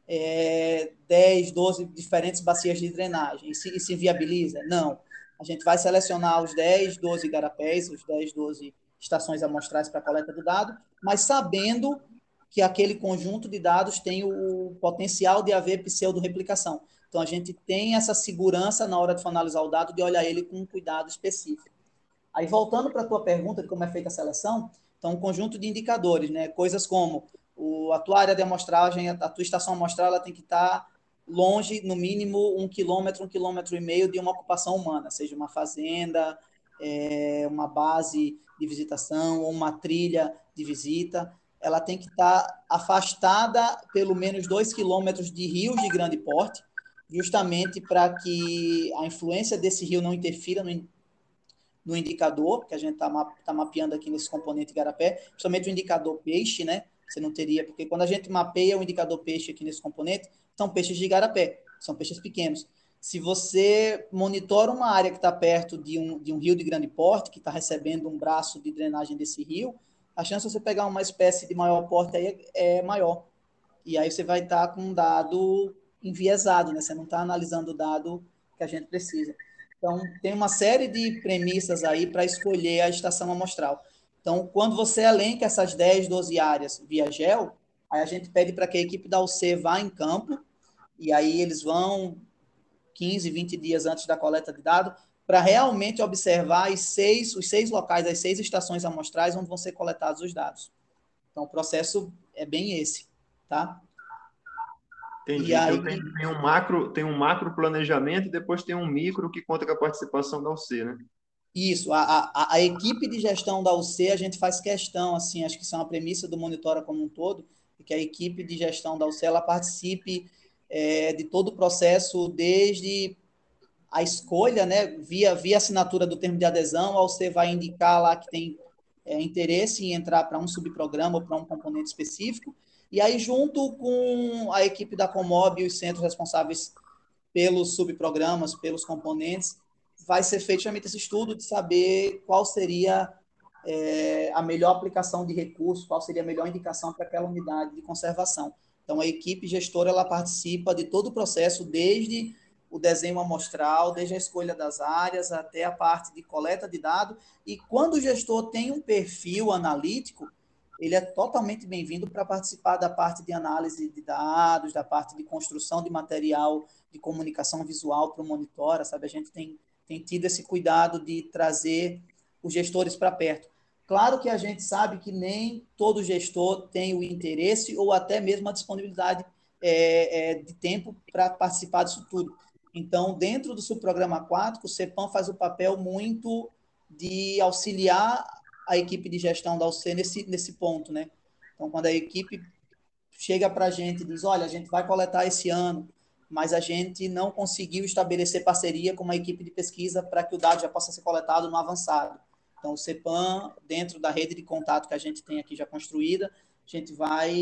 é, dez, doze diferentes bacias de drenagem, e se, e se viabiliza? Não. A gente vai selecionar os dez, doze igarapés, os dez, doze estações amostrais para coleta do dado, mas sabendo que aquele conjunto de dados tem o potencial de haver pseudo-replicação. Então, a gente tem essa segurança na hora de analisar o dado, de olhar ele com um cuidado específico. Aí, voltando para a tua pergunta de como é feita a seleção, Então, um conjunto de indicadores, né? Coisas como o, a tua área de amostragem, a, a tua estação amostral, ela tem que estar longe, no mínimo, um quilômetro, um quilômetro e meio de uma ocupação humana, seja uma fazenda, é, uma base de visitação ou uma trilha de visita. Ela tem que estar afastada pelo menos dois quilômetros de rios de grande porte, justamente para que a influência desse rio não interfira no, no indicador, que a gente está tá mapeando aqui nesse componente igarapé, principalmente o indicador peixe, né? Você não teria, porque quando a gente mapeia o indicador peixe aqui nesse componente, são peixes de igarapé, são peixes pequenos. Se você monitora uma área que está perto de um, de um rio de grande porte, que está recebendo um braço de drenagem desse rio, a chance de você pegar uma espécie de maior porte aí é, é maior. E aí você vai estar com um dado enviesado, né? Você não está analisando o dado que a gente precisa. Então, tem uma série de premissas aí para escolher a estação amostral. Então, quando você elenca essas dez, doze áreas via gel, aí a gente pede para que a equipe da U C vá em campo, e aí eles vão quinze, vinte dias antes da coleta de dados, para realmente observar os seis, os seis locais, as seis estações amostrais onde vão ser coletados os dados. Então, o processo é bem esse, tá? E Entendi. Então tem, aí, tem um macro, tem um macro planejamento e depois tem um micro que conta com a participação da U C, né? isso, a, a, a equipe de gestão da U C, a gente faz questão, assim, acho que isso é uma premissa do Monitora como um todo, que a equipe de gestão da U C, ela participe é, de todo o processo, desde a escolha, né, via, via assinatura do termo de adesão, a U C vai indicar lá que tem é, interesse em entrar para um subprograma ou para um componente específico, e aí junto com a equipe da Comob e os centros responsáveis pelos subprogramas, pelos componentes, vai ser feito justamente esse estudo de saber qual seria é, a melhor aplicação de recursos, qual seria a melhor indicação para aquela unidade de conservação. Então, a equipe gestora ela participa de todo o processo, desde o desenho amostral, desde a escolha das áreas até a parte de coleta de dados. E quando o gestor tem um perfil analítico, ele é totalmente bem-vindo para participar da parte de análise de dados, da parte de construção de material de comunicação visual para o Monitora, sabe? A gente tem, tem tido esse cuidado de trazer os gestores para perto. Claro que a gente sabe que nem todo gestor tem o interesse ou até mesmo a disponibilidade é, é, de tempo para participar disso tudo. Então, dentro do subprograma aquático, o CEPAM faz o papel muito de auxiliar a equipe de gestão da U C nesse, nesse ponto, né? Então, quando a equipe chega para a gente e diz, olha, a gente vai coletar esse ano, mas a gente não conseguiu estabelecer parceria com uma equipe de pesquisa para que o dado já possa ser coletado no avançado. Então, o CEPAM, dentro da rede de contato que a gente tem aqui já construída, a gente vai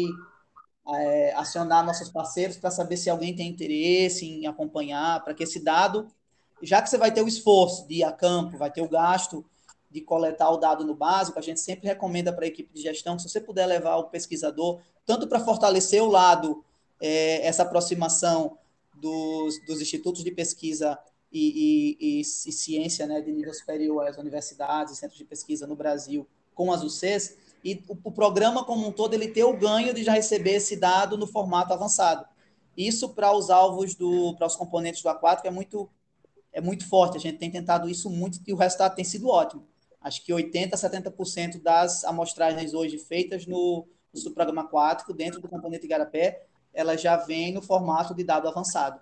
é, acionar nossos parceiros para saber se alguém tem interesse em acompanhar, para que esse dado, já que você vai ter o esforço de ir a campo, vai ter o gasto de coletar o dado no básico, a gente sempre recomenda para a equipe de gestão que se você puder levar o pesquisador, tanto para fortalecer o lado, é, essa aproximação dos, dos institutos de pesquisa e, e, e, e ciência, né, de nível superior, as universidades e centros de pesquisa no Brasil, com as U Cs, e o, o programa como um todo ele ter o ganho de já receber esse dado no formato avançado. Isso para os alvos do, para os componentes do aquático é muito é muito forte. A gente tem tentado isso muito e o resultado tem sido ótimo. Acho que oitenta, setenta por cento das amostragens hoje feitas no, no subprograma aquático, dentro do componente igarapé, ela já vem no formato de dado avançado.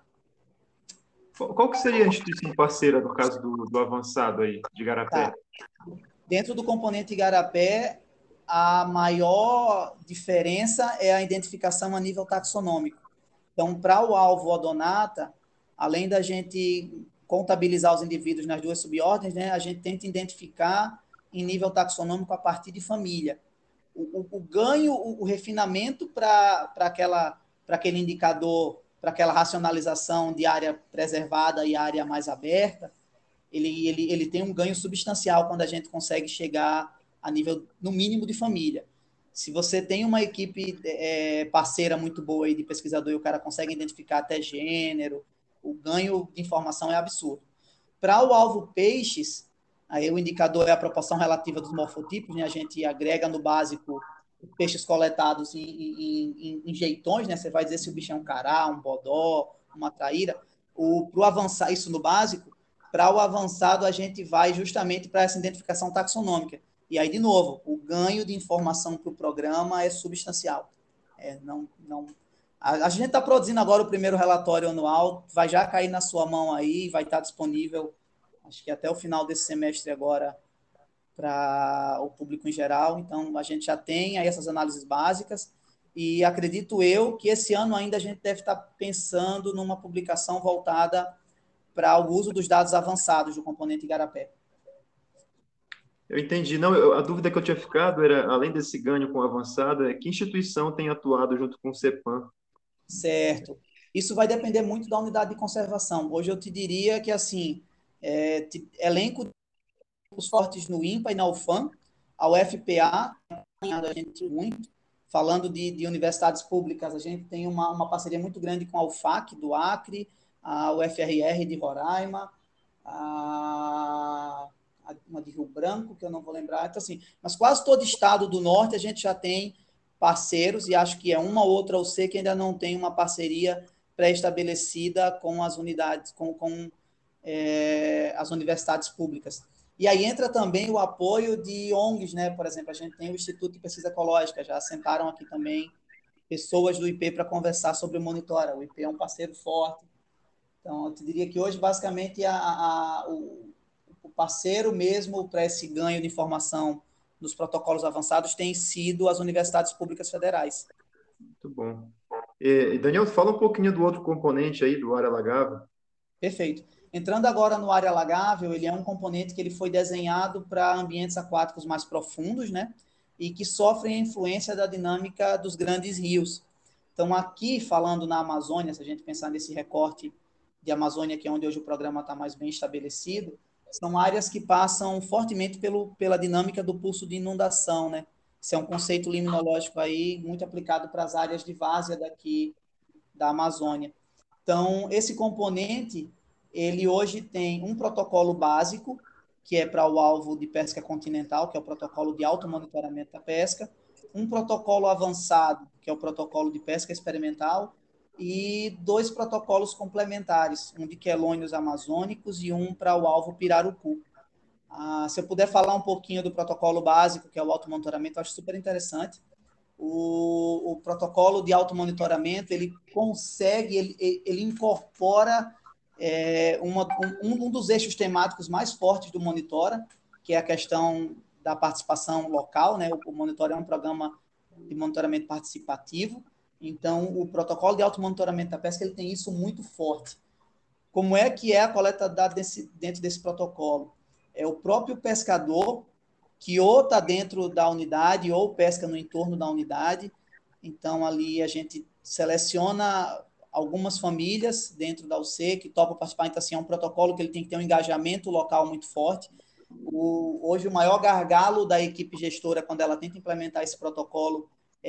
Qual que seria a instituição parceira, no caso do, do avançado aí, de Igarapé? Tá. Dentro do componente igarapé, a maior diferença é a identificação a nível taxonômico. Então, para o alvo odonata, além da gente contabilizar os indivíduos nas duas subordens, né, a gente tenta identificar em nível taxonômico a partir de família. O, o, o ganho, o, o refinamento para aquela para aquele indicador, para aquela racionalização de área preservada e área mais aberta, ele, ele, ele tem um ganho substancial quando a gente consegue chegar a nível, no mínimo, de família. Se você tem uma equipe é, parceira muito boa aí de pesquisador e o cara consegue identificar até gênero, o ganho de informação é absurdo. Para o alvo peixes, aí o indicador é a proporção relativa dos morfotipos, né? A gente agrega no básico peixes coletados em, em, em, em jeitões, né? Você vai dizer se o bicho é um cará, um bodó, uma traíra. Para o avançar, isso no básico, para o avançado a gente vai justamente para essa identificação taxonômica. E aí, de novo, o ganho de informação para o programa é substancial. É, não, não, a, a gente está produzindo agora o primeiro relatório anual, vai já cair na sua mão aí, vai estar disponível, acho que até o final desse semestre agora, para o público em geral. Então, a gente já tem aí essas análises básicas e acredito eu que esse ano ainda a gente deve estar pensando numa publicação voltada para o uso dos dados avançados do componente Igarapé. Eu entendi. Não, eu- a dúvida que eu tinha ficado era, além desse ganho com o avançado, é que instituição tem atuado junto com o CEPAM? Certo. Isso vai depender muito da unidade de conservação. Hoje eu te diria que, assim, é, te- elenco os fortes no INPA e na UFAM, a U F P A tem acompanhado a gente muito. Falando de, de universidades públicas, a gente tem uma, uma parceria muito grande com a UFAC, do Acre, a U F R R de Roraima, a, a, uma de Rio Branco, que eu não vou lembrar. Então, assim, mas quase todo estado do norte a gente já tem parceiros, e acho que é uma ou outra U C que ainda não tem uma parceria pré-estabelecida com as unidades, com, com é, as universidades públicas. E aí entra também o apoio de O N Gs, né? Por exemplo, a gente tem o Instituto de Pesquisa Ecológica, já sentaram aqui também pessoas do I P para conversar sobre o Monitora. O I P é um parceiro forte. Então, eu te diria que hoje, basicamente, a, a, o, o parceiro mesmo para esse ganho de informação nos protocolos avançados tem sido as universidades públicas federais. Muito bom. E, Daniel, fala um pouquinho do outro componente aí, do área alagável. Perfeito. Entrando agora no área alagável, ele é um componente que ele foi desenhado para ambientes aquáticos mais profundos, né? E que sofrem a influência da dinâmica dos grandes rios. Então, aqui, falando na Amazônia, se a gente pensar nesse recorte de Amazônia, que é onde hoje o programa está mais bem estabelecido, são áreas que passam fortemente pelo, pela dinâmica do pulso de inundação, né? Esse é um conceito liminológico aí muito aplicado para as áreas de várzea daqui da Amazônia. Então, esse componente, ele hoje tem um protocolo básico, que é para o alvo de pesca continental, que é o protocolo de automonitoramento da pesca, um protocolo avançado, que é o protocolo de pesca experimental, e dois protocolos complementares, um de quelônios amazônicos e um para o alvo pirarucu. Ah, se eu puder falar um pouquinho do protocolo básico, que é o automonitoramento, eu acho super interessante. O, o protocolo de automonitoramento, ele consegue, ele, ele incorpora é, uma, um, um dos eixos temáticos mais fortes do Monitora, que é a questão da participação local, né? O, o Monitora é um programa de monitoramento participativo, então o protocolo de automonitoramento da pesca, ele tem isso muito forte. Como é que é a coleta de dados desse, dentro desse protocolo? É o próprio pescador que ou está dentro da unidade ou pesca no entorno da unidade. Então, ali a gente seleciona algumas famílias dentro da U C que topam participar. Então, assim, é um protocolo que ele tem que ter um engajamento local muito forte. O, hoje, o maior gargalo da equipe gestora, quando ela tenta implementar esse protocolo,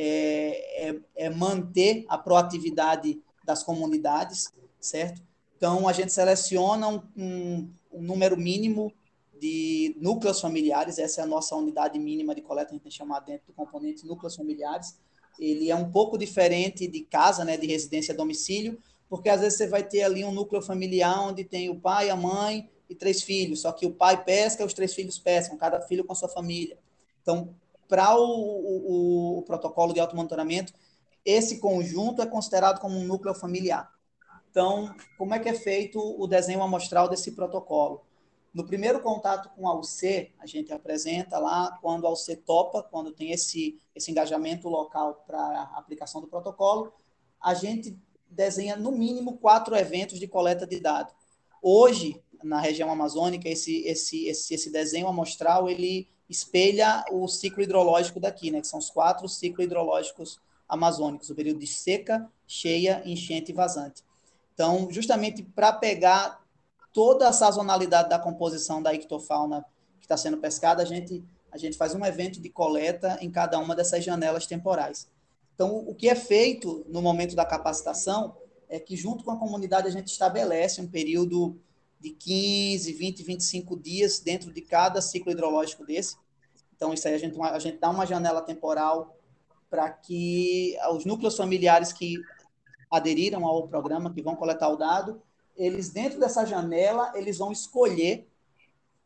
é, é, é manter a proatividade das comunidades, certo? Então, a gente seleciona um, um, um número mínimo de núcleos familiares, essa é a nossa unidade mínima de coleta, a gente tem chamado dentro do componente núcleos familiares. Ele é um pouco diferente de casa, né, de residência a domicílio, porque às vezes você vai ter ali um núcleo familiar onde tem o pai, a mãe e três filhos, só que o pai pesca e os três filhos pescam, cada filho com a sua família. Então, para o, o, o protocolo de automonitoramento, esse conjunto é considerado como um núcleo familiar. Então, como é que é feito o desenho amostral desse protocolo? No primeiro contato com a U C, a gente apresenta lá quando a U C topa, quando tem esse, esse engajamento local para a aplicação do protocolo, a gente desenha no mínimo quatro eventos de coleta de dados. Hoje, na região amazônica, esse, esse, esse, esse desenho amostral, ele espelha o ciclo hidrológico daqui, né, que são os quatro ciclos hidrológicos amazônicos, o período de seca, cheia, enchente e vazante. Então, justamente para pegar toda a sazonalidade da composição da ictofauna que está sendo pescada, a gente, a gente faz um evento de coleta em cada uma dessas janelas temporais. Então, o que é feito no momento da capacitação é que, junto com a comunidade, a gente estabelece um período de quinze, vinte, vinte e cinco dias dentro de cada ciclo hidrológico desse. Então, isso aí a gente, a gente dá uma janela temporal para que os núcleos familiares que aderiram ao programa, que vão coletar o dado, eles, dentro dessa janela, eles vão escolher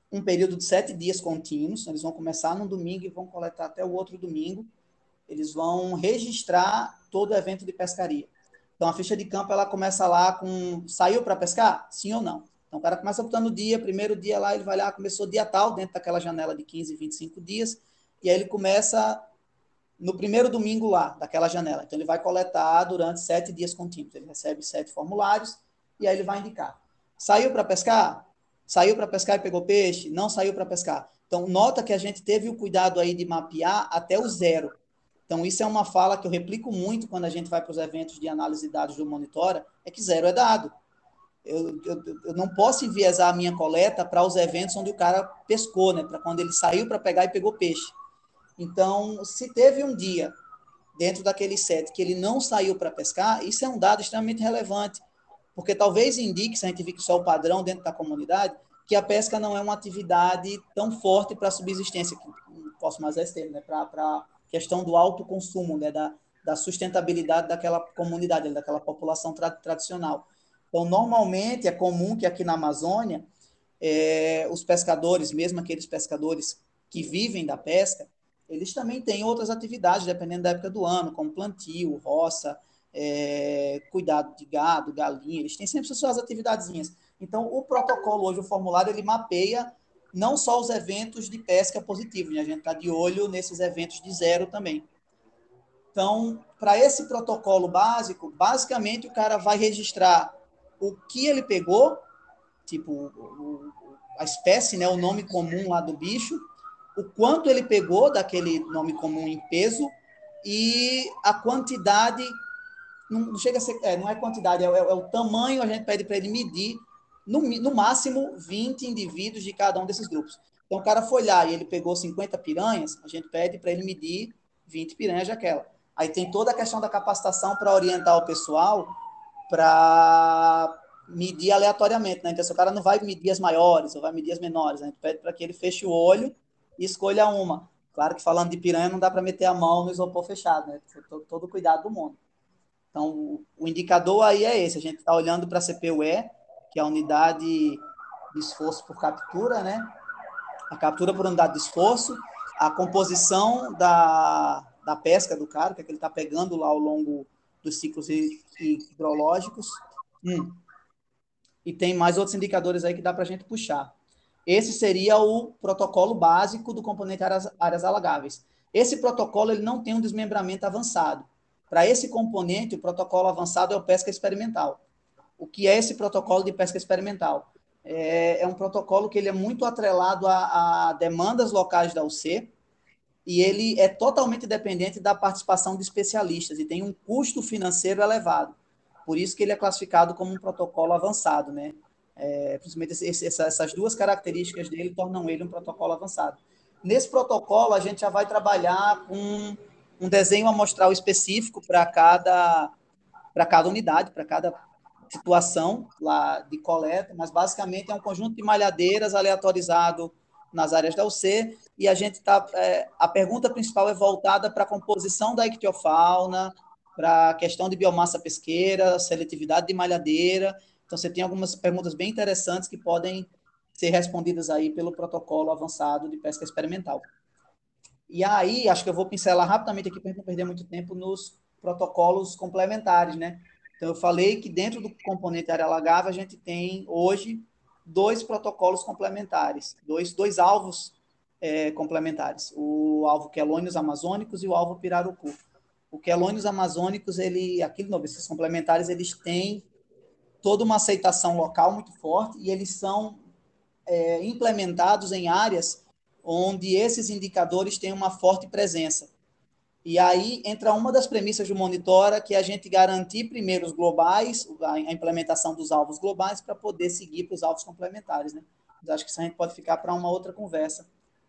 um período de sete dias contínuos. Eles vão começar no domingo e vão coletar até o outro domingo. Eles vão registrar todo o evento de pescaria. Então, a ficha de campo, ela começa lá com, saiu para pescar? Sim ou não? Então, o cara começa botando o dia, primeiro dia lá, ele vai lá, começou dia tal, dentro daquela janela de quinze, vinte e cinco dias, e aí ele começa no primeiro domingo lá, daquela janela. Então, ele vai coletar durante sete dias contínuos. Ele recebe sete formulários, e aí ele vai indicar. Saiu para pescar? Saiu para pescar e pegou peixe? Não saiu para pescar. Então, nota que a gente teve o cuidado aí de mapear até o zero. Então, isso é uma fala que eu replico muito quando a gente vai para os eventos de análise de dados do Monitora, é que zero é dado. Eu, eu, eu não posso enviesar a minha coleta para os eventos onde o cara pescou, né? Para quando ele saiu para pegar e pegou peixe. Então, se teve um dia dentro daquele set que ele não saiu para pescar, isso é um dado extremamente relevante, porque talvez indique, se a gente vir que só o padrão dentro da comunidade, que a pesca não é uma atividade tão forte para a subsistência, que não posso mais esse termo, né? Para a questão do alto consumo, né? da, da sustentabilidade daquela comunidade, daquela população tra tradicional. Então, normalmente, é comum que aqui na Amazônia, é, os pescadores, mesmo aqueles pescadores que vivem da pesca, eles também têm outras atividades, dependendo da época do ano, como plantio, roça, é, cuidado de gado, galinha, eles têm sempre suas atividadezinhas. Então, o protocolo hoje, o formulário, ele mapeia não só os eventos de pesca positivos, né? A gente está de olho nesses eventos de zero também. Então, para esse protocolo básico, basicamente o cara vai registrar o que ele pegou, tipo o, a espécie, né, o nome comum lá do bicho, o quanto ele pegou daquele nome comum em peso e a quantidade, não, não chega a ser, é, não é quantidade, é, é, é o tamanho, a gente pede para ele medir, no, no máximo vinte indivíduos de cada um desses grupos. Então o cara foi lá e ele pegou cinquenta piranhas, a gente pede para ele medir vinte piranhas daquela. Aí tem toda a questão da capacitação para orientar o pessoal para medir aleatoriamente, né? Então, se o cara não vai medir as maiores ou vai medir as menores, né? A gente pede para que ele feche o olho e escolha uma. Claro que falando de piranha não dá para meter a mão no isopor fechado, né? Todo, todo o cuidado do mundo. Então, o, o indicador aí é esse. A gente está olhando para a C P U E, que é a unidade de esforço por captura, né? A captura por unidade de esforço, a composição da, da pesca do cara, que é que ele está pegando lá ao longo dos ciclos hidrológicos. Hum. E tem mais outros indicadores aí que dá para a gente puxar. Esse seria o protocolo básico do componente áreas, áreas alagáveis. Esse protocolo ele não tem um desmembramento avançado. Para esse componente, o protocolo avançado é o pesca experimental. O que é esse protocolo de pesca experimental? É, é um protocolo que ele é muito atrelado a, a demandas locais da U C e ele é totalmente dependente da participação de especialistas e tem um custo financeiro elevado. Por isso que ele é classificado como um protocolo avançado, né? É, principalmente esse, essas duas características dele tornam ele um protocolo avançado. Nesse protocolo, a gente já vai trabalhar com um desenho amostral específico para cada, para cada unidade, para cada situação lá de coleta, mas basicamente é um conjunto de malhadeiras aleatorizado nas áreas da U C, e a gente tá, é, a pergunta principal é voltada para a composição da ictiofauna, para a questão de biomassa pesqueira, seletividade de malhadeira. Então, você tem algumas perguntas bem interessantes que podem ser respondidas aí pelo protocolo avançado de pesca experimental. E aí, acho que eu vou pincelar rapidamente aqui para não perder muito tempo nos protocolos complementares, né? Então, eu falei que dentro do componente área alagável, a gente tem hoje dois protocolos complementares, dois, dois alvos é, complementares, o alvo quelônios amazônicos e o alvo pirarucu. O quelônios amazônicos, ele, aqui de novo, esses complementares, eles têm toda uma aceitação local muito forte e eles são é, implementados em áreas onde esses indicadores têm uma forte presença. E aí entra uma das premissas do Monitora, que é a gente garantir primeiro os globais, a implementação dos alvos globais, para poder seguir para os alvos complementares, né? Mas acho que isso a gente pode ficar para uma outra conversa.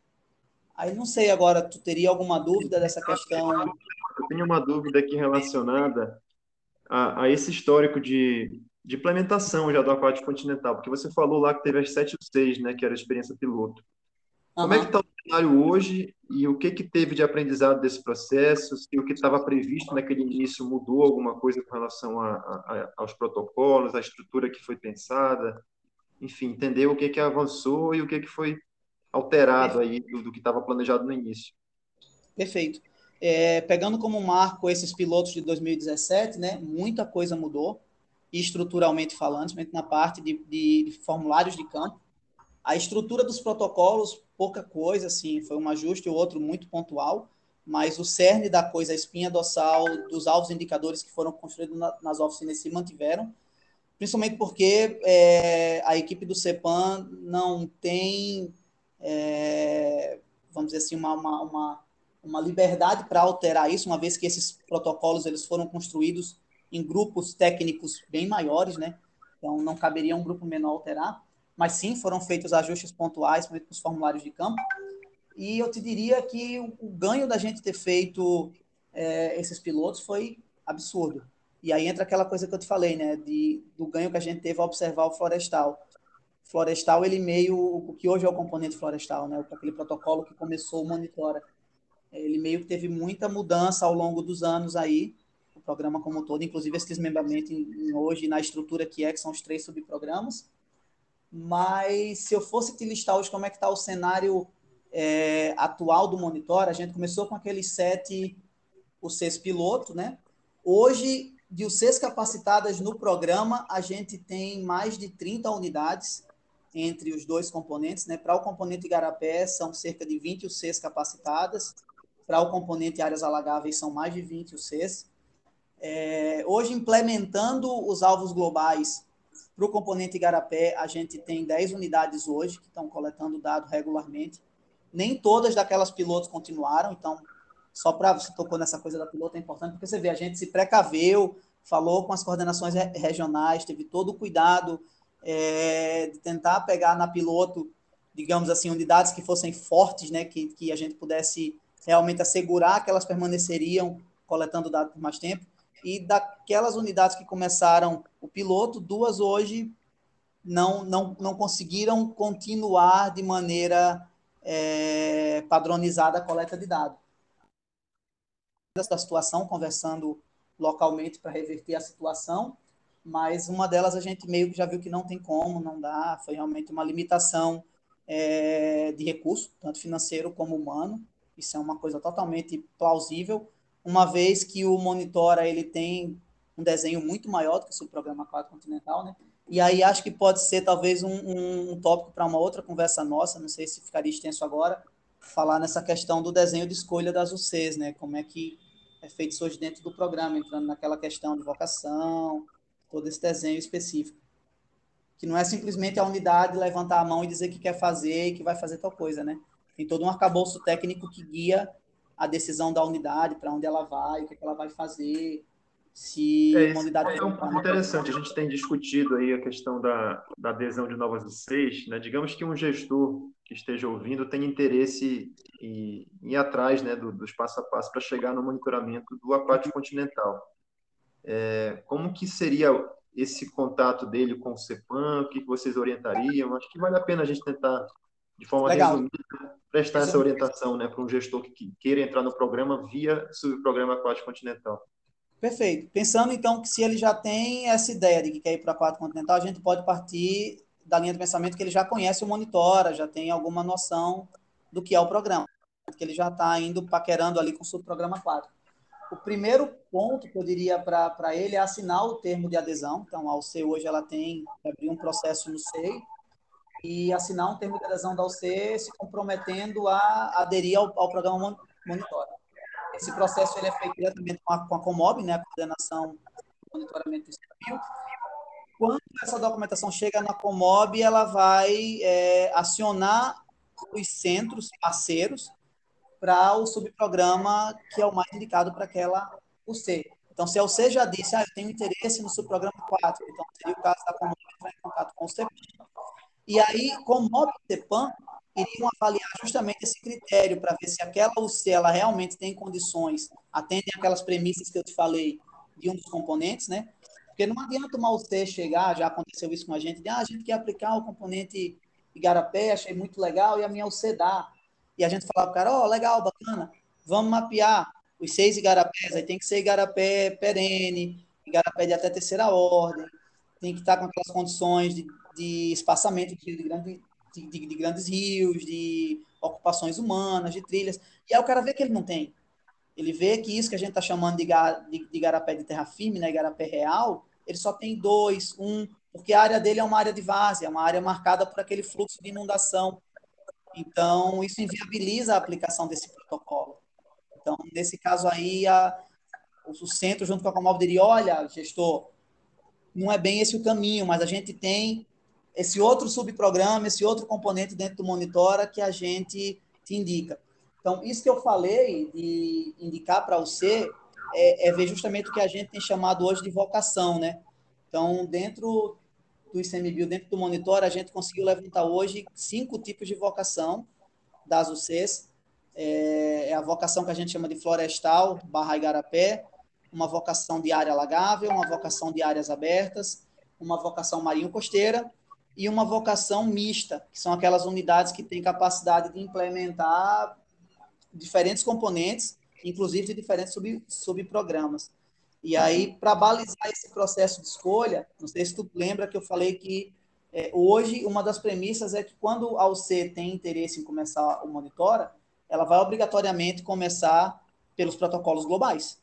Aí não sei agora, tu teria alguma dúvida dessa questão? Eu tenho uma dúvida aqui relacionada a, a esse histórico de, de implementação já do aquático continental, porque você falou lá que teve as sete ou seis, né, que era a experiência piloto. Como é que Uhum. está o cenário hoje e o que que teve de aprendizado desse processo? Se o que estava previsto naquele início mudou alguma coisa com relação a, a, aos protocolos, à estrutura que foi pensada? Enfim, entender o que que avançou e o que que foi alterado aí do, do que estava planejado no início. Perfeito. É, pegando como marco esses pilotos de dois mil e dezessete, né, muita coisa mudou, estruturalmente falando, principalmente na parte de, de, de formulários de campo. A estrutura dos protocolos, pouca coisa, assim, foi um ajuste ou outro muito pontual, mas o cerne da coisa, a espinha dorsal dos alvos indicadores que foram construídos na, nas oficinas se mantiveram, principalmente porque é, a equipe do CEPAM não tem, é, vamos dizer assim, uma, uma, uma, uma liberdade para alterar isso, uma vez que esses protocolos eles foram construídos em grupos técnicos bem maiores, né? Então, não caberia um grupo menor alterar, mas sim, foram feitos ajustes pontuais para os formulários de campo, e eu te diria que o, o ganho da gente ter feito é, esses pilotos foi absurdo. E aí entra aquela coisa que eu te falei, né, de, do ganho que a gente teve ao observar o florestal. Florestal, ele meio, o que hoje é o componente florestal, né, aquele protocolo que começou o Monitora, ele meio que teve muita mudança ao longo dos anos aí, o programa como um todo, inclusive esse desmembramento em, em hoje na estrutura que é, que são os três subprogramas. Mas se eu fosse te listar hoje como é que está o cenário é, atual do Monitor, a gente começou com aqueles sete U Cs piloto, né? Hoje, de U Cs capacitadas no programa, a gente tem mais de trinta unidades entre os dois componentes, né? Para o componente Igarapé, são cerca de vinte U Cs capacitadas, para o componente áreas alagáveis, são mais de vinte U Cs. É, hoje, implementando os alvos globais para o componente Igarapé, a gente tem dez unidades hoje que estão coletando dado regularmente. Nem todas daquelas pilotos continuaram, então, só para você tocou nessa coisa da pilota, é importante, porque você vê, a gente se precaveu, falou com as coordenações regionais, teve todo o cuidado é, de tentar pegar na piloto, digamos assim, unidades que fossem fortes, né, que, que a gente pudesse realmente assegurar que elas permaneceriam coletando dados por mais tempo. E daquelas unidades que começaram o piloto, duas hoje não, não, não conseguiram continuar de maneira é, padronizada a coleta de dados. Da situação, conversando localmente para reverter a situação, mas uma delas a gente meio que já viu que não tem como, não dá, foi realmente uma limitação é, de recurso, tanto financeiro como humano, isso é uma coisa totalmente plausível, uma vez que o Monitora ele tem um desenho muito maior do que o subprograma quatro Continental, né? E aí acho que pode ser talvez um, um, um tópico para uma outra conversa nossa, não sei se ficaria extenso agora, falar nessa questão do desenho de escolha das U Cs, né? Como é que é feito isso hoje dentro do programa, entrando naquela questão de vocação, todo esse desenho específico. Que não é simplesmente a unidade levantar a mão e dizer que quer fazer e que vai fazer tal coisa, né? Tem todo um arcabouço técnico que guia a decisão da unidade, para onde ela vai, o que, é que ela vai fazer, se É, uma esse unidade é um ponto interessante. A gente tem discutido aí a questão da, da adesão de novas U Cs, né? Digamos que um gestor que esteja ouvindo tem interesse em, em ir atrás, né, do, dos passo a passo para chegar no monitoramento do aquático continental. É, como que seria esse contato dele com o CEPAM? O que vocês orientariam? Acho que vale a pena a gente tentar, de forma legal. resumida, prestar essa orientação, né, para um gestor que queira entrar no programa via subprograma aquático continental. Perfeito. Pensando, então, que se ele já tem essa ideia de que quer ir para a quadra continental, a gente pode partir da linha de pensamento que ele já conhece o Monitora, já tem alguma noção do que é o programa, que ele já está indo paquerando ali com o subprograma quatro. O primeiro ponto que eu diria para ele é assinar o termo de adesão. Então, a U C hoje ela tem que abrir um processo no S E I e assinar um termo de adesão da U C se comprometendo a aderir ao, ao programa Monitora. Esse processo ele é feito diretamente com a, com a Comob, né, a coordenação do monitoramento do ICMBio. Quando essa documentação chega na Comob, ela vai é, acionar os centros parceiros para o subprograma que é o mais indicado para aquela U C. Então, se a U C já disse, ah, eu tenho interesse no subprograma quatro, então seria o caso da Comob entrar em contato com o CEPAM. E aí, Comob e CEPAM iriam avaliar justamente esse critério para ver se aquela U C ela realmente tem condições, atendem aquelas premissas que eu te falei de um dos componentes, né? Porque não adianta uma U C chegar, já aconteceu isso com a gente, de, ah, a gente quer aplicar o componente Igarapé, achei muito legal, e a minha U C dá. E a gente fala para o cara, ó, oh, legal, bacana, vamos mapear os seis igarapés, aí tem que ser igarapé perene, igarapé de até terceira ordem, tem que estar com aquelas condições de, de espaçamento de grande de, de, de grandes rios, de ocupações humanas, de trilhas. E aí o cara vê que ele não tem. Ele vê que isso que a gente está chamando de, de, de igarapé de terra firme, né, igarapé real, ele só tem dois, um, porque a área dele é uma área de várzea, é uma área marcada por aquele fluxo de inundação. Então, isso inviabiliza a aplicação desse protocolo. Então, nesse caso aí, a, o centro, junto com a Comob, diria, olha, gestor, não é bem esse o caminho, mas a gente tem esse outro subprograma, esse outro componente dentro do Monitora que a gente te indica. Então, isso que eu falei de indicar para você é, é ver justamente o que a gente tem chamado hoje de vocação, né? Então, dentro do ICMBio, dentro do Monitora, a gente conseguiu levantar hoje cinco tipos de vocação das U Cs. É a vocação que a gente chama de florestal, barra igarapé, uma vocação de área alagável, uma vocação de áreas abertas, uma vocação marinho-costeira e uma vocação mista, que são aquelas unidades que têm capacidade de implementar diferentes componentes, inclusive de diferentes sub, subprogramas. E aí, para balizar esse processo de escolha, não sei se tu lembra que eu falei que é, hoje uma das premissas é que quando a U C tem interesse em começar o Monitora, ela vai obrigatoriamente começar pelos protocolos globais.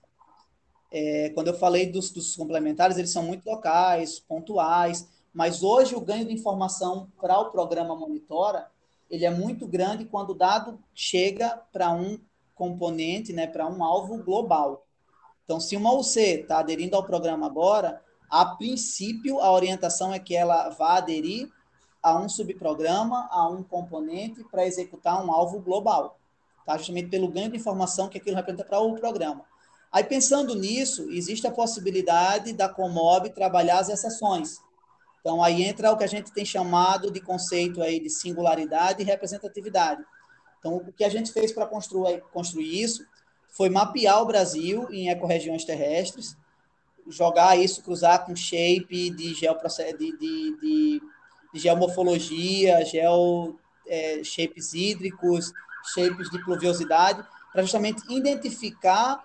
É, quando eu falei dos, dos complementares, eles são muito locais, pontuais, mas hoje o ganho de informação para o programa Monitora, ele é muito grande quando o dado chega para um componente, né, para um alvo global. Então, se uma U C está aderindo ao programa agora, a princípio, a orientação é que ela vá aderir a um subprograma, a um componente para executar um alvo global, tá? Justamente pelo ganho de informação que aquilo representa para o programa. Aí, pensando nisso, existe a possibilidade da Comob trabalhar as exceções. Então, aí entra o que a gente tem chamado de conceito aí de singularidade e representatividade. Então, o que a gente fez para construir, construir isso foi mapear o Brasil em ecorregiões terrestres, jogar isso, cruzar com shape de, geoproce- de, de, de, de geomorfologia, geo, é, shapes hídricos, shapes de pluviosidade, para justamente identificar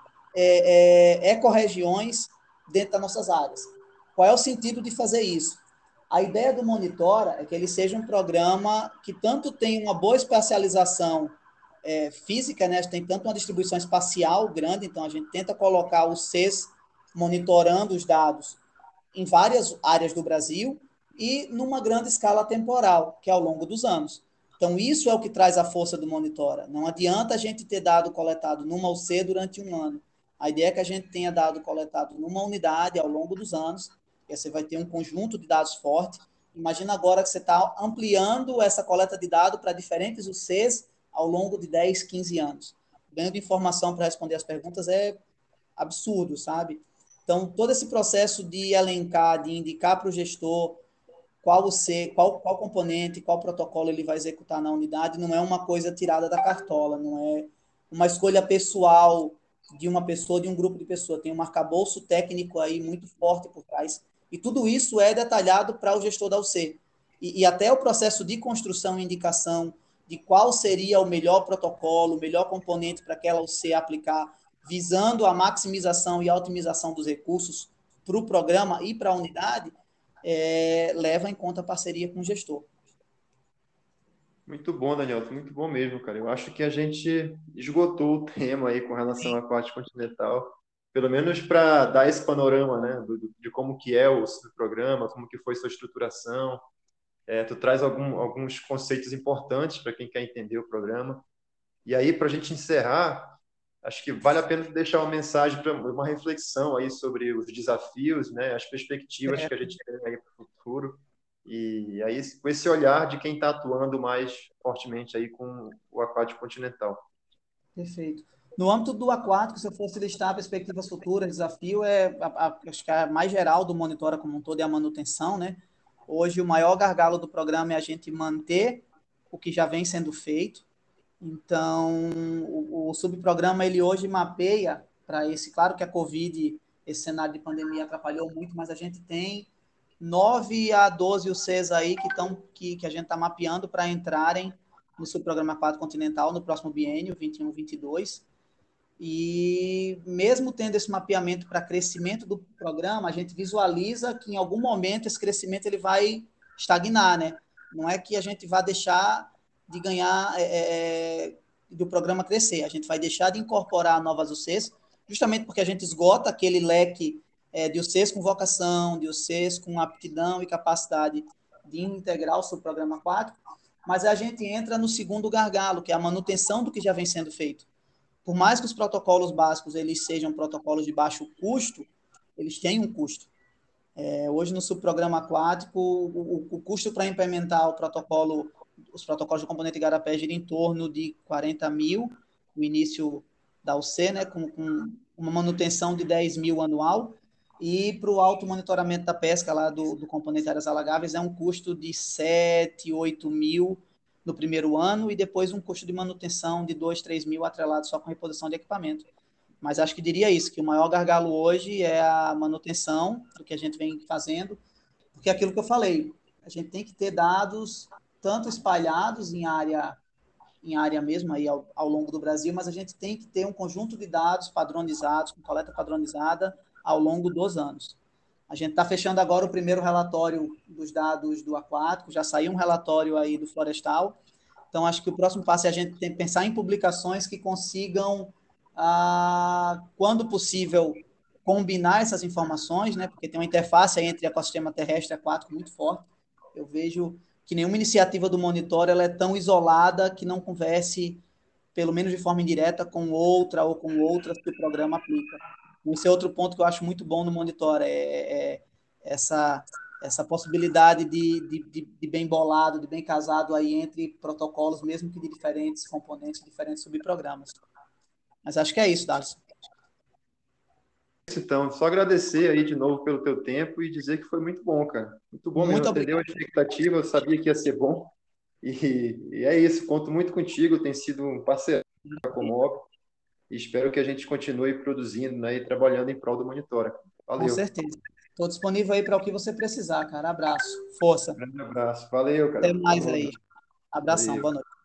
é, é, ecorregiões dentro das nossas áreas. Qual é o sentido de fazer isso? A ideia do Monitora é que ele seja um programa que tanto tem uma boa espacialização é, física, né? Tem tanto uma distribuição espacial grande, então a gente tenta colocar os Cs monitorando os dados em várias áreas do Brasil e numa grande escala temporal, que é ao longo dos anos. Então, isso é o que traz a força do Monitora. Não adianta a gente ter dado coletado numa U C durante um ano. A ideia é que a gente tenha dado coletado numa unidade ao longo dos anos, e você vai ter um conjunto de dados forte. Imagina agora que você está ampliando essa coleta de dados para diferentes U Cs ao longo de dez, quinze anos. O ganho de informação para responder as perguntas é absurdo, sabe? Então, todo esse processo de elencar, de indicar para o gestor qual o C, qual, qual componente, qual protocolo ele vai executar na unidade, não é uma coisa tirada da cartola, não é uma escolha pessoal de uma pessoa, de um grupo de pessoas. Tem um arcabouço técnico aí muito forte por trás. E tudo isso é detalhado para o gestor da U C. E, e até o processo de construção e indicação de qual seria o melhor protocolo, o melhor componente para aquela U C aplicar, visando a maximização e a otimização dos recursos para o programa e para a unidade, é, leva em conta a parceria com o gestor. Muito bom, Daniel, muito bom mesmo, cara. Eu acho que a gente esgotou o tema aí com relação à parte continental, pelo menos para dar esse panorama, né, do, de como que é o programa, como que foi sua estruturação. É, tu traz algum, alguns conceitos importantes para quem quer entender o programa. E aí, para a gente encerrar, acho que vale a pena deixar uma mensagem, para uma reflexão aí sobre os desafios, né, as perspectivas É, que a gente tem aí para o futuro. E aí, com esse olhar de quem está atuando mais fortemente aí com o aquático continental. perfeito. No âmbito do aquático, se eu fosse listar perspectivas futuras, desafio é, a, a, acho que a mais geral do Monitora como um todo é a manutenção, né? Hoje, o maior gargalo do programa é a gente manter o que já vem sendo feito. Então, o, o subprograma, ele hoje mapeia para esse, claro que a Covid, esse cenário de pandemia atrapalhou muito, mas a gente tem nove a doze U Cs aí que, tão, que, que a gente está mapeando para entrarem no subprograma quatro continental no próximo biênio, vinte e um, vinte e dois. E mesmo tendo esse mapeamento para crescimento do programa, a gente visualiza que em algum momento esse crescimento ele vai estagnar, né? Não é que a gente vai deixar de ganhar, é, é, do programa crescer. A gente vai deixar de incorporar novas U Cs, justamente porque a gente esgota aquele leque é, de U Cs com vocação, de U Cs com aptidão e capacidade de integrar o seu programa aquático, mas a gente entra no segundo gargalo, que é a manutenção do que já vem sendo feito. Por mais que os protocolos básicos eles sejam protocolos de baixo custo, eles têm um custo. É, hoje, no subprograma aquático, o, o, o custo para implementar o protocolo, os protocolos do componente igarapé gira em torno de quarenta mil, o início da U C, né, com, com uma manutenção de dez mil anual, e para o auto monitoramento da pesca lá do, do componente áreas alagáveis é um custo de sete, oito mil no primeiro ano, e depois um custo de manutenção de dois, três mil atrelado só com reposição de equipamento. Mas acho que diria isso, que o maior gargalo hoje é a manutenção do que a gente vem fazendo, porque é aquilo que eu falei, a gente tem que ter dados tanto espalhados em área, em área mesmo, aí ao, ao longo do Brasil, mas a gente tem que ter um conjunto de dados padronizados, com coleta padronizada, ao longo dos anos. A gente está fechando agora o primeiro relatório dos dados do aquático, já saiu um relatório aí do florestal, então acho que o próximo passo é a gente pensar em publicações que consigam, ah, quando possível, combinar essas informações, né? Porque tem uma interface entre ecossistema terrestre e aquático muito forte. Eu vejo que nenhuma iniciativa do Monitor ela é tão isolada que não converse, pelo menos de forma indireta, com outra ou com outras que o programa aplica. Esse é outro ponto que eu acho muito bom no Monitor, é, é essa, essa possibilidade de, de, de, de bem bolado, de bem casado aí entre protocolos, mesmo que de diferentes componentes, diferentes subprogramas. Mas acho que é isso, Darcy. Então, só agradecer aí de novo pelo teu tempo e dizer que foi muito bom, cara. Muito bom mesmo, Muito atendeu a obrigado. expectativa, eu sabia que ia ser bom. E, e é isso, conto muito contigo, tem sido um parceiro da Comob e espero que a gente continue produzindo, né, e trabalhando em prol do Monitora. Com Valeu. certeza. Estou disponível aí para o que você precisar, cara. Abraço. Força. Um grande abraço. Valeu, Até cara. mais Falou. aí. Abração. Valeu. Boa noite.